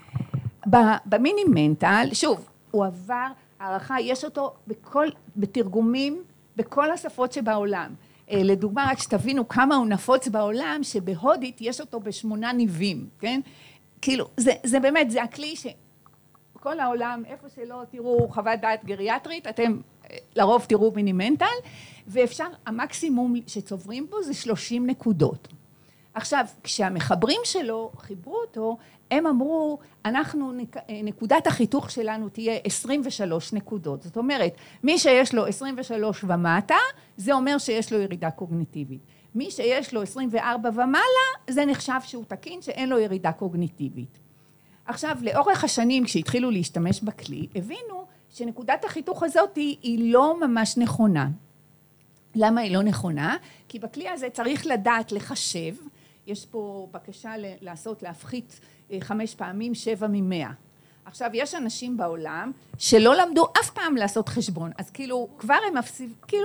Speaker 3: במיני מנטל, שוב, הוא עבר הערכה, יש אותו בכל, בתרגומים, בכל השפות שבעולם. לדוגמה, רק שתבינו כמה הוא נפוץ בעולם, שבהודית יש אותו בשמונה ניבים, כן? כאילו, זה, זה באמת, זה הכלי שכל העולם, איפה שלא תראו חוות דעת גריאטרית, אתם לרוב תראו מיני מנטל, ואפשר, המקסימום שצוברים בו זה שלושים נקודות. עכשיו, כשהמחברים שלו חיברו אותו, הם אמרו, אנחנו, נקודת החיתוך שלנו תהיה עשרים ושלוש נקודות. זאת אומרת, מי שיש לו עשרים ושלוש ומטה, זה אומר שיש לו ירידה קוגניטיבית. מי שיש לו עשרים וארבע ומעלה, זה נחשב שהוא תקין, שאין לו ירידה קוגניטיבית. עכשיו, לאורך השנים, כשהתחילו להשתמש בכלי, הבינו שנקודת החיתוך הזאת היא, היא לא ממש נכונה. למה היא לא נכונה? כי בכלי הזה צריך לדעת לחשב, יש פה בקשה לעשות, להפחית חמש פעמים שבע ממאה. עכשיו, יש אנשים בעולם שלא למדו אף פעם לעשות חשבון, אז כאילו, כבר הם מפסיד, כאילו,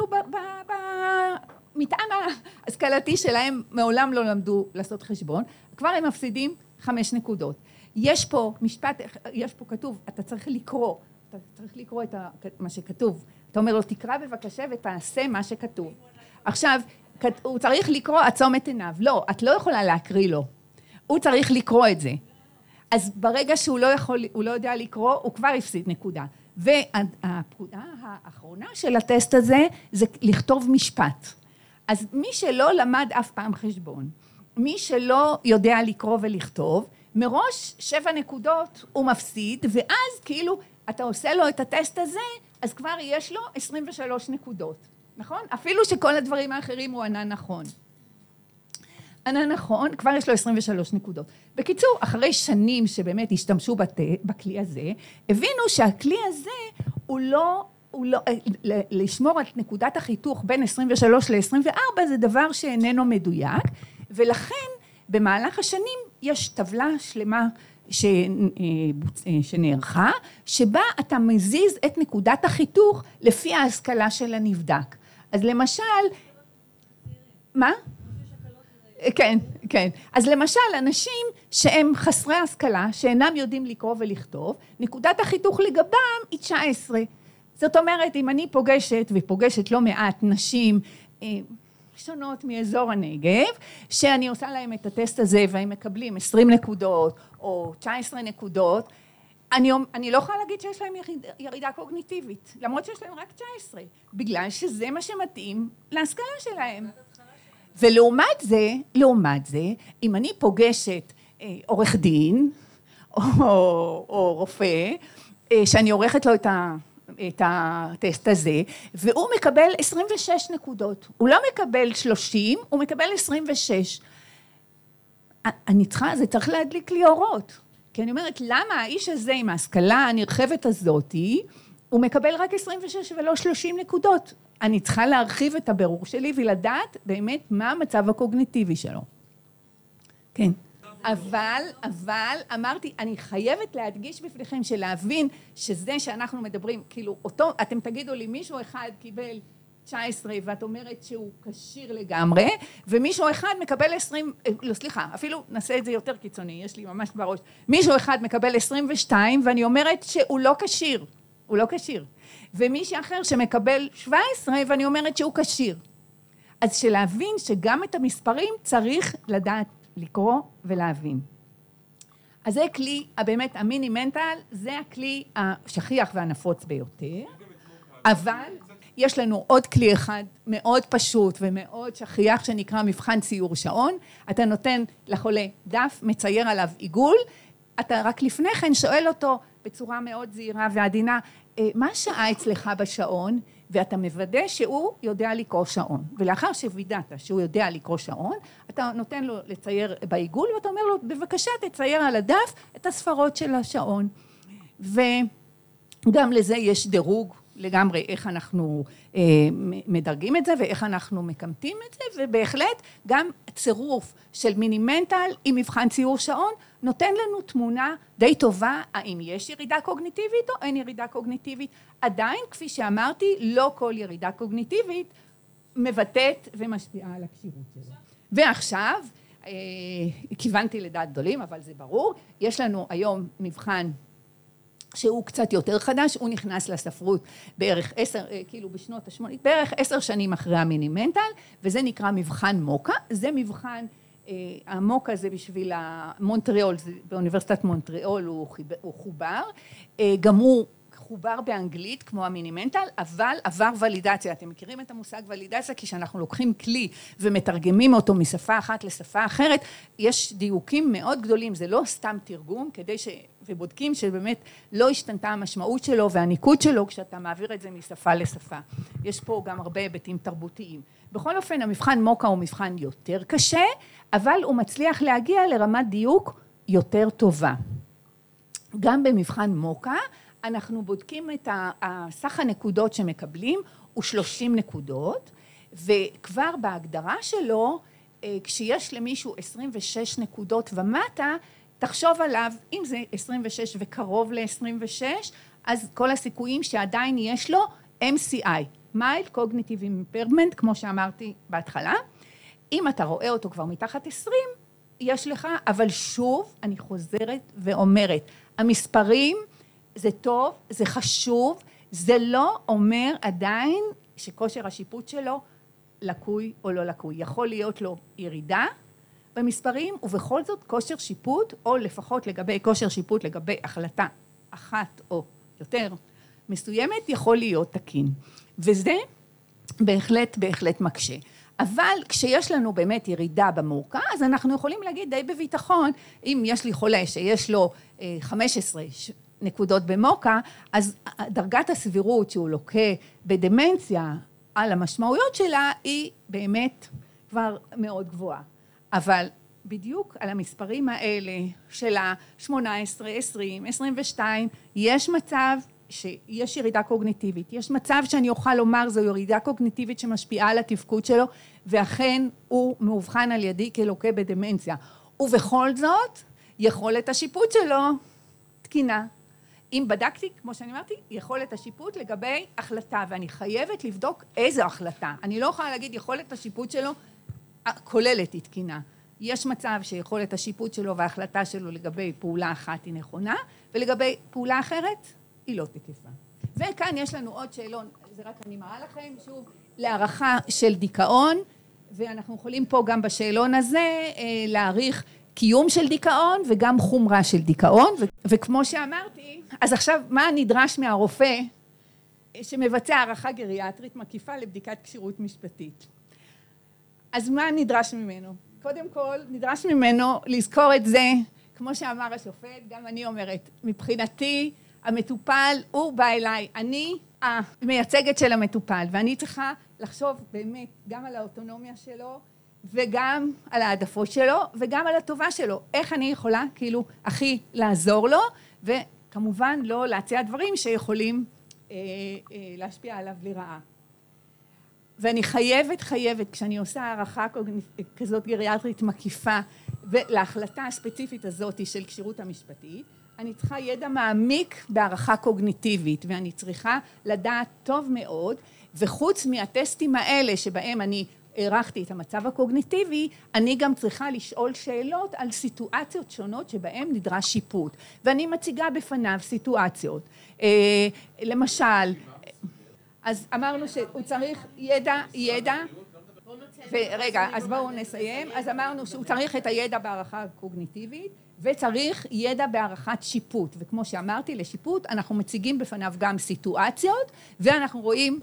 Speaker 3: במטען ההשכלתי שלהם מעולם לא למדו לעשות חשבון, כבר הם מפסידים חמש נקודות. יש פה משפט, יש פה כתוב, אתה צריך לקרוא, אתה צריך לקרוא את מה שכתוב. אתה אומר לו, תקרא בבקשה ותעשה מה שכתוב. עכשיו, הוא צריך לקרוא עצום את עיניו. לא, את לא יכולה להקריא לו. הוא צריך לקרוא את זה. אז ברגע שהוא לא יכול, הוא לא יודע לקרוא, הוא כבר הפסיד נקודה. והפקודה האחרונה של הטסט הזה, זה לכתוב משפט. אז מי שלא למד אף פעם חשבון, מי שלא יודע לקרוא ולכתוב, מראש שבע נקודות הוא מפסיד, ואז כאילו אתה עושה לו את הטסט הזה, אז כבר יש לו עשרים ושלוש נקודות. נכון? אפילו שכל הדברים האחרים הוא ענה נכון. ענה נכון, כבר יש לו עשרים ושלוש נקודות. בקיצור, אחרי שנים שבאמת השתמשו בת... בכלי הזה, הבינו שהכלי הזה הוא לא, הוא לא, לשמור על נקודת החיתוך בין עשרים ושלוש ל-עשרים וארבע זה דבר שאיננו מדויק, ולכן במהלך השנים יש טבלה שלמה ש... שנערכה, שבה אתה מזיז את נקודת החיתוך לפי ההשכלה של הנבדק. אז למשל, מה? כן, כן. אז למשל, אנשים שהם חסרי השכלה, שאינם יודעים לקרוא ולכתוב, נקודת החיתוך לגבם היא תשע עשרה. זאת אומרת, אם אני פוגשת, ופוגשת לא מעט נשים שונות מאזור הנגב, שאני עושה להם את הטסט הזה, והם מקבלים עשרים נקודות, או תשע עשרה נקודות, אני, אני לא יכולה להגיד שיש להם ירידה, ירידה קוגניטיבית, למרות שיש להם רק תשע עשרה, בגלל שזה מה שמתאים להשכלה שלהם. ולעומת זה, לעומת זה, אם אני פוגשת אה, עורך דין, או, או רופא, אה, שאני עורכת לו את את הטסט הזה, והוא מקבל עשרים ושש נקודות. הוא לא מקבל שלושים, הוא מקבל עשרים ושש. אני צריכה, זה צריך להדליק לי אורות. כי אני אומרת, למה האיש הזה עם ההשכלה הנרחבת הזאת, הוא מקבל רק עשרים ושש ולא שלושים נקודות? אני צריכה להרחיב את הבירור שלי ולדעת באמת מה המצב הקוגניטיבי שלו. כן. אבל, אבל, אמרתי, אני חייבת להדגיש בפניכם שלהבין שזה שאנחנו מדברים, כאילו, אותו, אתם תגידו לי, מישהו אחד קיבל תשע עשרה ואת אומרת שהוא כשיר לגמרי, ומישהו אחד מקבל עשרים, לא, סליחה, אפילו נעשה את זה יותר קיצוני, יש לי ממש בראש, מישהו אחד מקבל עשרים ושתיים ואני אומרת שהוא לא כשיר, הוא לא כשיר, ומישהו אחר שמקבל שבע עשרה ואני אומרת שהוא כשיר. אז שלהבין שגם את המספרים צריך לדעת לקרוא ולהבין. אז זה כלי, באמת המיני מנטל, זה הכלי השכיח והנפוץ ביותר, אבל יש לנו עוד כלי אחד מאוד פשוט ומאוד שכיח שנקרא מבחן ציור שעון. אתה נותן לחולה דף, מצייר עליו עיגול, אתה רק לפני כן שואל אותו בצורה מאוד זהירה ועדינה, מה שעה אצלך בשעון? ואתה מוודא שהוא יודע לקרוא שעון. ולאחר שווידעת שהוא יודע לקרוא שעון, אתה נותן לו לצייר בעיגול, ואתה אומר לו, בבקשה תצייר על הדף את הספרות של השעון. וגם לזה יש דירוג לגמרי איך אנחנו אה, מדרגים את זה ואיך אנחנו מקמטים את זה, ובהחלט גם צירוף של מיני מנטל עם מבחן ציור שעון נותן לנו תמונה די טובה האם יש ירידה קוגניטיבית או אין ירידה קוגניטיבית. עדיין כפי שאמרתי לא כל ירידה קוגניטיבית מבטאת ומשפיעה על הכשירות שלו. ועכשיו אה, כיוונתי לדעת גדולים אבל זה ברור, יש לנו היום מבחן שהוא קצת יותר חדש, הוא נכנס לספרות בערך עשר, כאילו בשנות השמונים, בערך עשר שנים אחרי המיני מנטל, וזה נקרא מבחן מוקה, זה מבחן, המוקה זה בשביל המונטריאול, באוניברסיטת מונטריאול הוא, הוא חובר, גם הוא חובר באנגלית כמו המיני מנטל, אבל עבר ולידציה, אתם מכירים את המושג ולידציה, כי כשאנחנו לוקחים כלי ומתרגמים אותו משפה אחת לשפה אחרת, יש דיוקים מאוד גדולים, זה לא סתם תרגום, כדי ש... ובודקים שבאמת לא השתנתה המשמעות שלו והניקוד שלו כשאתה מעביר את זה משפה לשפה. יש פה גם הרבה היבטים תרבותיים. בכל אופן, המבחן מוקה הוא מבחן יותר קשה, אבל הוא מצליח להגיע לרמת דיוק יותר טובה. גם במבחן מוקה, אנחנו בודקים את סך הנקודות שמקבלים, הוא שלושים נקודות, וכבר בהגדרה שלו, כשיש למישהו עשרים ושש נקודות ומטה, תחשוב עליו, אם זה עשרים ושש וקרוב ל-עשרים ושש, אז כל הסיכויים שעדיין יש לו אם סי איי, Mild Cognitive Impairment, כמו שאמרתי בהתחלה. אם אתה רואה אותו כבר מתחת עשרים, יש לך, אבל שוב, אני חוזרת ואומרת, המספרים זה טוב, זה חשוב, זה לא אומר עדיין שכושר השיפוט שלו לקוי או לא לקוי. יכול להיות לו ירידה במספרים, ובכל זאת כושר שיפוט, או לפחות לגבי כושר שיפוט, לגבי החלטה אחת או יותר מסוימת, יכול להיות תקין. וזה בהחלט, בהחלט מקשה. אבל כשיש לנו באמת ירידה במורקה, אז אנחנו יכולים להגיד די בביטחון, אם יש לי חולה שיש לו חמש עשרה נקודות במוקה, אז דרגת הסבירות שהוא לוקה בדמנציה על המשמעויות שלה, היא באמת כבר מאוד גבוהה. אבל בדיוק על המספרים האלה של ה-שמונה עשרה, עשרים, עשרים ושתיים, יש מצב שיש ירידה קוגניטיבית, יש מצב שאני אוכל לומר זו ירידה קוגניטיבית שמשפיעה על התפקוד שלו, ואכן הוא מאובחן על ידי כלוקה בדמנציה. ובכל זאת, יכולת השיפוט שלו תקינה. אם בדקתי, כמו שאני אמרתי, יכולת השיפוט לגבי החלטה, ואני חייבת לבדוק איזו החלטה. אני לא יכולה להגיד יכולת השיפוט שלו כוללת היא תקינה. יש מצב שיכולת השיפוט שלו וההחלטה שלו לגבי פעולה אחת היא נכונה, ולגבי פעולה אחרת היא לא תקפה. וכאן יש לנו עוד שאלון, זה רק אני מראה לכם, שוב, להערכה של דיכאון, ואנחנו יכולים פה גם בשאלון הזה להעריך קיום של דיכאון וגם חומרה של דיכאון, ו- וכמו שאמרתי, אז עכשיו מה נדרש מהרופא שמבצע הערכה גריאטרית מקיפה לבדיקת כשירות משפטית? אז מה נדרש ממנו? קודם כל, נדרש ממנו לזכור את זה, כמו שאמר השופט, גם אני אומרת, מבחינתי, המטופל, הוא בא אליי, אני המייצגת של המטופל, ואני צריכה לחשוב באמת גם על האוטונומיה שלו, וגם על העדפות שלו, וגם על הטובה שלו. איך אני יכולה, כאילו, הכי לעזור לו, וכמובן לא להציע דברים שיכולים אה, אה, להשפיע עליו לרעה. ואני חייבת, חייבת, כשאני עושה הערכה כזאת גריאטרית מקיפה, ולהחלטה הספציפית הזאת של כשירות המשפטית, אני צריכה ידע מעמיק בהערכה קוגניטיבית, ואני צריכה לדעת טוב מאוד, וחוץ מהטסטים האלה שבהם אני הערכתי את המצב הקוגניטיבי, אני גם צריכה לשאול שאלות על סיטואציות שונות שבהן נדרש שיפוט. ואני מציגה בפניו סיטואציות. למשל, אז אמרנו שהוא צריך ידע, ידע, ורגע, אז בואו נסיים. אז אמרנו שהוא צריך את הידע בהערכה הקוגניטיבית, וצריך ידע בהערכת שיפוט. וכמו שאמרתי, לשיפוט אנחנו מציגים בפניו גם סיטואציות, ואנחנו רואים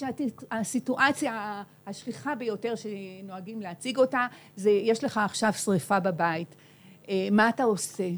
Speaker 3: שהסיטואציה השכיחה ביותר שנוהגים להציג אותה, זה יש לך עכשיו שריפה בבית. מה אתה עושה?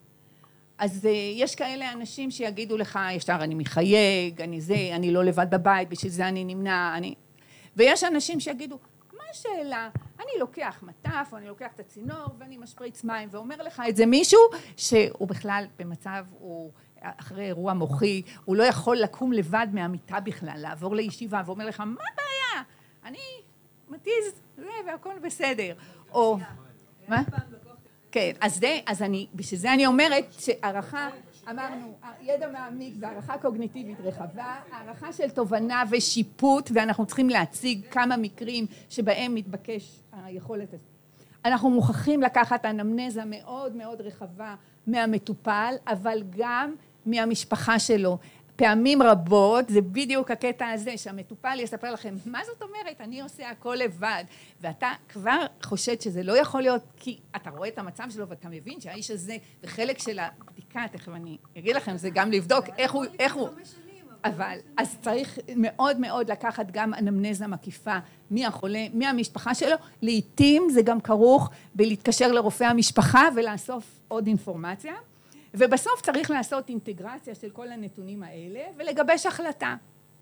Speaker 3: אז יש כאלה אנשים שיגידו לך, ישר אני מחייג, אני זה, אני לא לבד בבית, בשביל זה אני נמנע, אני... ויש אנשים שיגידו, מה השאלה? אני לוקח מטף, או אני לוקח את הצינור, ואני משפריץ מים, ואומר לך את זה מישהו שהוא בכלל במצב, הוא אחרי אירוע מוחי, הוא לא יכול לקום לבד מהמיטה בכלל, לעבור לישיבה, ואומר לך, מה הבעיה? אני מתיז, זה, והכל בסדר. או... מה? כן, אז זה, אז אני, בשביל זה אני אומרת שהערכה, אמרנו, ידע מעמיק והערכה קוגניטיבית רחבה, הערכה של תובנה ושיפוט, ואנחנו צריכים להציג כמה מקרים שבהם מתבקש היכולת הזאת. אנחנו מוכרחים לקחת אנמנזה מאוד מאוד רחבה מהמטופל, אבל גם מהמשפחה שלו. פעמים רבות, זה בדיוק הקטע הזה, שהמטופל יספר לכם, מה זאת אומרת? אני עושה הכל לבד. ואתה כבר חושד שזה לא יכול להיות, כי אתה רואה את המצב שלו, ואתה מבין שהאיש הזה, וחלק של הבדיקה, תכף אני אגיד לכם, זה גם לבדוק איך הוא, איך הוא. אבל, אז צריך מאוד מאוד לקחת גם אנמנזה מקיפה מהחולה, מהמשפחה שלו. לעתים זה גם כרוך בלהתקשר לרופא המשפחה ולאסוף עוד אינפורמציה. ובסוף צריך לעשות אינטגרציה של כל הנתונים האלה ולגבש החלטה.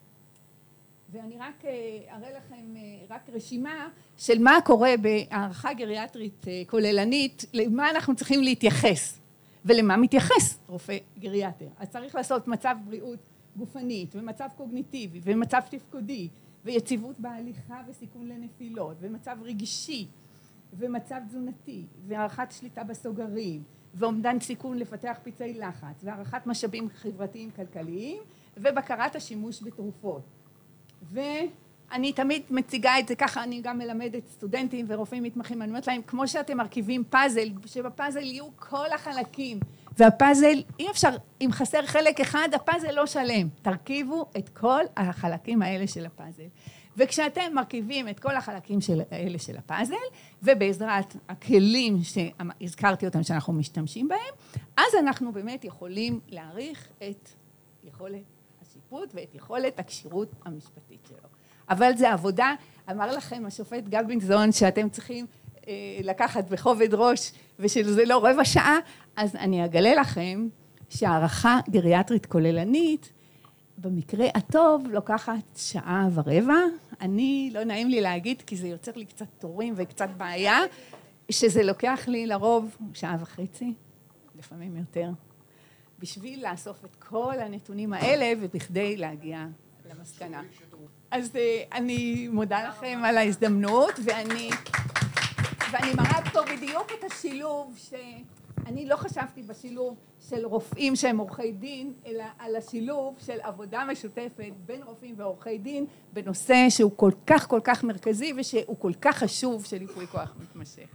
Speaker 3: ואני רק אראה לכם רק רשימה של מה קורה בהערכה גריאטרית כוללנית, למה אנחנו צריכים להתייחס ולמה מתייחס רופא גריאטר. אז צריך לעשות מצב בריאות גופנית ומצב קוגניטיבי ומצב תפקודי ויציבות בהליכה וסיכון לנפילות ומצב רגשי ומצב תזונתי והערכת שליטה בסוגרים ואומדן סיכון לפתח פצעי לחץ, והערכת משאבים חברתיים כלכליים, ובקרת השימוש בתרופות. ואני תמיד מציגה את זה ככה, אני גם מלמדת סטודנטים ורופאים מתמחים, אני אומרת להם, כמו שאתם מרכיבים פאזל, שבפאזל יהיו כל החלקים, והפאזל, אי אפשר, אם חסר חלק אחד, הפאזל לא שלם. תרכיבו את כל החלקים האלה של הפאזל. וכשאתם מרכיבים את כל החלקים של, האלה של הפאזל, ובעזרת הכלים שהזכרתי אותם שאנחנו משתמשים בהם, אז אנחנו באמת יכולים להעריך את יכולת השיפוט ואת יכולת הקשירות המשפטית שלו. אבל זה עבודה, אמר לכם השופט גלבינגזון, שאתם צריכים אה, לקחת בכובד ראש, ושזה לא רבע שעה, אז אני אגלה לכם שהערכה גריאטרית כוללנית, במקרה הטוב לוקחת שעה ורבע, אני לא נעים לי להגיד כי זה יוצר לי קצת תורים וקצת בעיה, שזה לוקח לי לרוב שעה וחצי, לפעמים יותר, בשביל לאסוף את כל הנתונים האלה ובכדי להגיע למסקנה. אז אני מודה לכם על ההזדמנות ואני, ואני מראה פה בדיוק את השילוב ש... אני לא חשבתי בשילוב של רופאים שהם עורכי דין, אלא על השילוב של עבודה משותפת בין רופאים ועורכי דין, בנושא שהוא כל כך כל כך מרכזי ושהוא כל כך חשוב של ייפוי כוח מתמשך.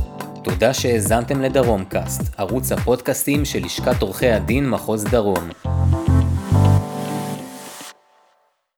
Speaker 1: תודה שהאזנתם לדרום קאסט, ערוץ הפודקאסטים של לשכת עורכי הדין מחוז דרום.